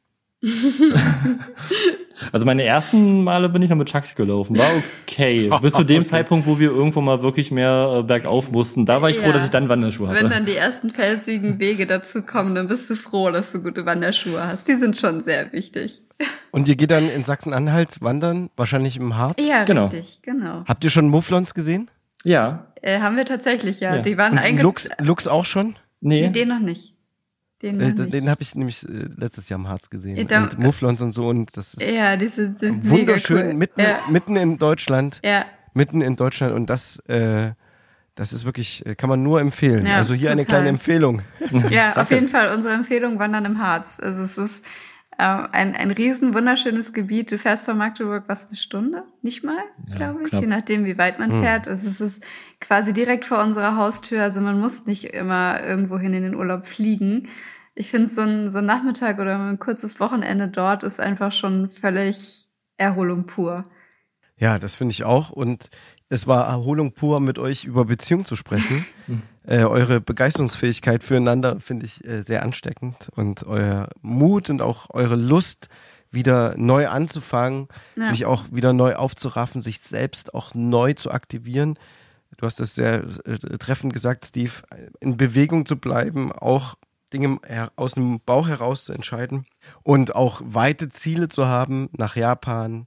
Also meine ersten Male bin ich noch mit Chucks gelaufen, war okay. Bis zu dem okay. Zeitpunkt, wo wir irgendwo mal wirklich mehr äh, bergauf mussten, da war ich ja. froh, dass ich dann Wanderschuhe hatte. Wenn dann die ersten felsigen Wege dazu kommen, dann bist du froh, dass du gute Wanderschuhe hast. Die sind schon sehr wichtig. Und ihr geht dann in Sachsen-Anhalt wandern, wahrscheinlich im Harz? Ja, genau. richtig, genau. Habt ihr schon Mufflons gesehen? Ja. Äh, haben wir tatsächlich, ja. ja. Die waren eigentlich. Lux, Lux auch schon? Nee. nee. Den noch nicht. Den, äh, den habe ich nämlich äh, letztes Jahr im Harz gesehen. Ja, da, mit Mufflons und so. Und das ist ja, die sind, sind wunderschön, cool. mitten, ja. mitten in Deutschland. Ja. Mitten in Deutschland. Und das, äh, das ist wirklich, kann man nur empfehlen. Ja, also hier total. eine kleine Empfehlung. Ja, auf jeden Fall unsere Empfehlung, Wandern im Harz. Also es ist äh, ein, ein riesen, wunderschönes Gebiet. Du fährst von Magdeburg was, eine Stunde? Nicht mal, ja, glaube ich. Knapp. Je nachdem, wie weit man hm. fährt. Also es ist quasi direkt vor unserer Haustür. Also man muss nicht immer irgendwohin in den Urlaub fliegen. Ich finde, so ein, so ein Nachmittag oder ein kurzes Wochenende dort ist einfach schon völlig Erholung pur. Ja, das finde ich auch. Und es war Erholung pur, mit euch über Beziehung zu sprechen. äh, eure Begeisterungsfähigkeit füreinander finde ich äh, sehr ansteckend. Und euer Mut und auch eure Lust, wieder neu anzufangen, ja. sich auch wieder neu aufzuraffen, sich selbst auch neu zu aktivieren. Du hast das sehr äh, treffend gesagt, Steve, in Bewegung zu bleiben, auch Dinge aus dem Bauch heraus zu entscheiden und auch weite Ziele zu haben nach Japan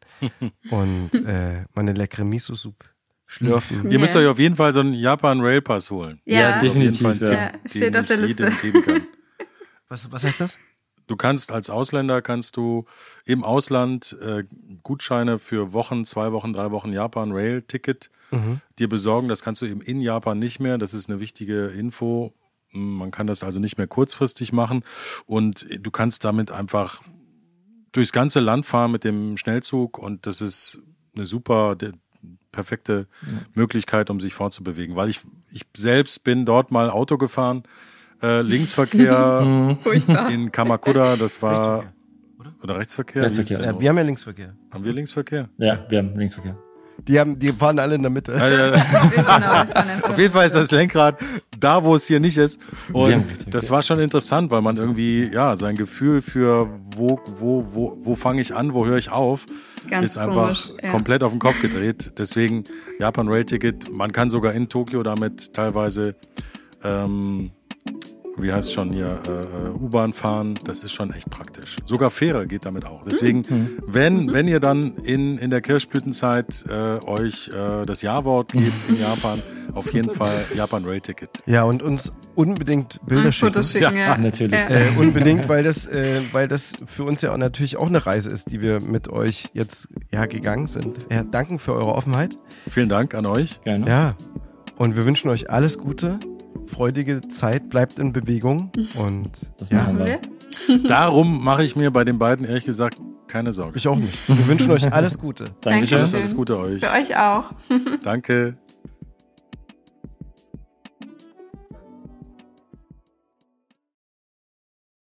und äh, mal eine leckere Miso-Soup schlürfen. Ihr müsst euch auf jeden Fall so einen Japan-Rail-Pass holen. Ja, ja definitiv. Auf jeden Fall ja. Tipp, Steht auf der Liste. Geben kann. Was, was heißt das? Du kannst als Ausländer, kannst du im Ausland äh, Gutscheine für Wochen, zwei Wochen, drei Wochen Japan-Rail-Ticket mhm. dir besorgen. Das kannst du eben in Japan nicht mehr. Das ist eine wichtige Info. Man kann das also nicht mehr kurzfristig machen und du kannst damit einfach durchs ganze Land fahren mit dem Schnellzug und das ist eine super, perfekte ja. Möglichkeit, um sich fortzubewegen, weil ich, ich selbst bin dort mal Auto gefahren, äh, Linksverkehr in Kamakura, das war, Rechtsverkehr, oder? oder Rechtsverkehr? Rechtsverkehr. Ja, wir haben ja Linksverkehr. Haben wir Linksverkehr? Ja, wir haben Linksverkehr. Die haben, die fahren alle in der Mitte. genau, auf jeden Fall ist das Lenkrad da, wo es hier nicht ist. Und das war schon interessant, weil man irgendwie, ja, sein Gefühl für wo, wo, wo, wo fange ich an, wo höre ich auf, Ganz ist einfach komisch, ja. komplett auf den Kopf gedreht. Deswegen Japan Rail Ticket. Man kann sogar in Tokio damit teilweise, ähm, wie heißt es schon hier, äh, U-Bahn fahren, das ist schon echt praktisch. Sogar Fähre geht damit auch. Deswegen, mhm. wenn wenn ihr dann in in der Kirschblütenzeit äh, euch äh, das Ja-Wort gebt in Japan, auf jeden Fall Japan Rail Ticket. Ja, und uns unbedingt Bilder und schicken. Fotos schicken. Ja, ja. natürlich. Ja. Äh, unbedingt, weil das, äh, weil das für uns ja auch natürlich auch eine Reise ist, die wir mit euch jetzt ja gegangen sind. Ja, danke für eure Offenheit. Vielen Dank an euch. Gerne. Ja, und wir wünschen euch alles Gute. Freudige Zeit, bleibt in Bewegung und das ja. machen wir. Darum mache ich mir bei den beiden ehrlich gesagt keine Sorge. Ich auch nicht. Wir wünschen euch alles Gute. Dankeschön. Alles, alles Gute euch. Für euch auch. Danke.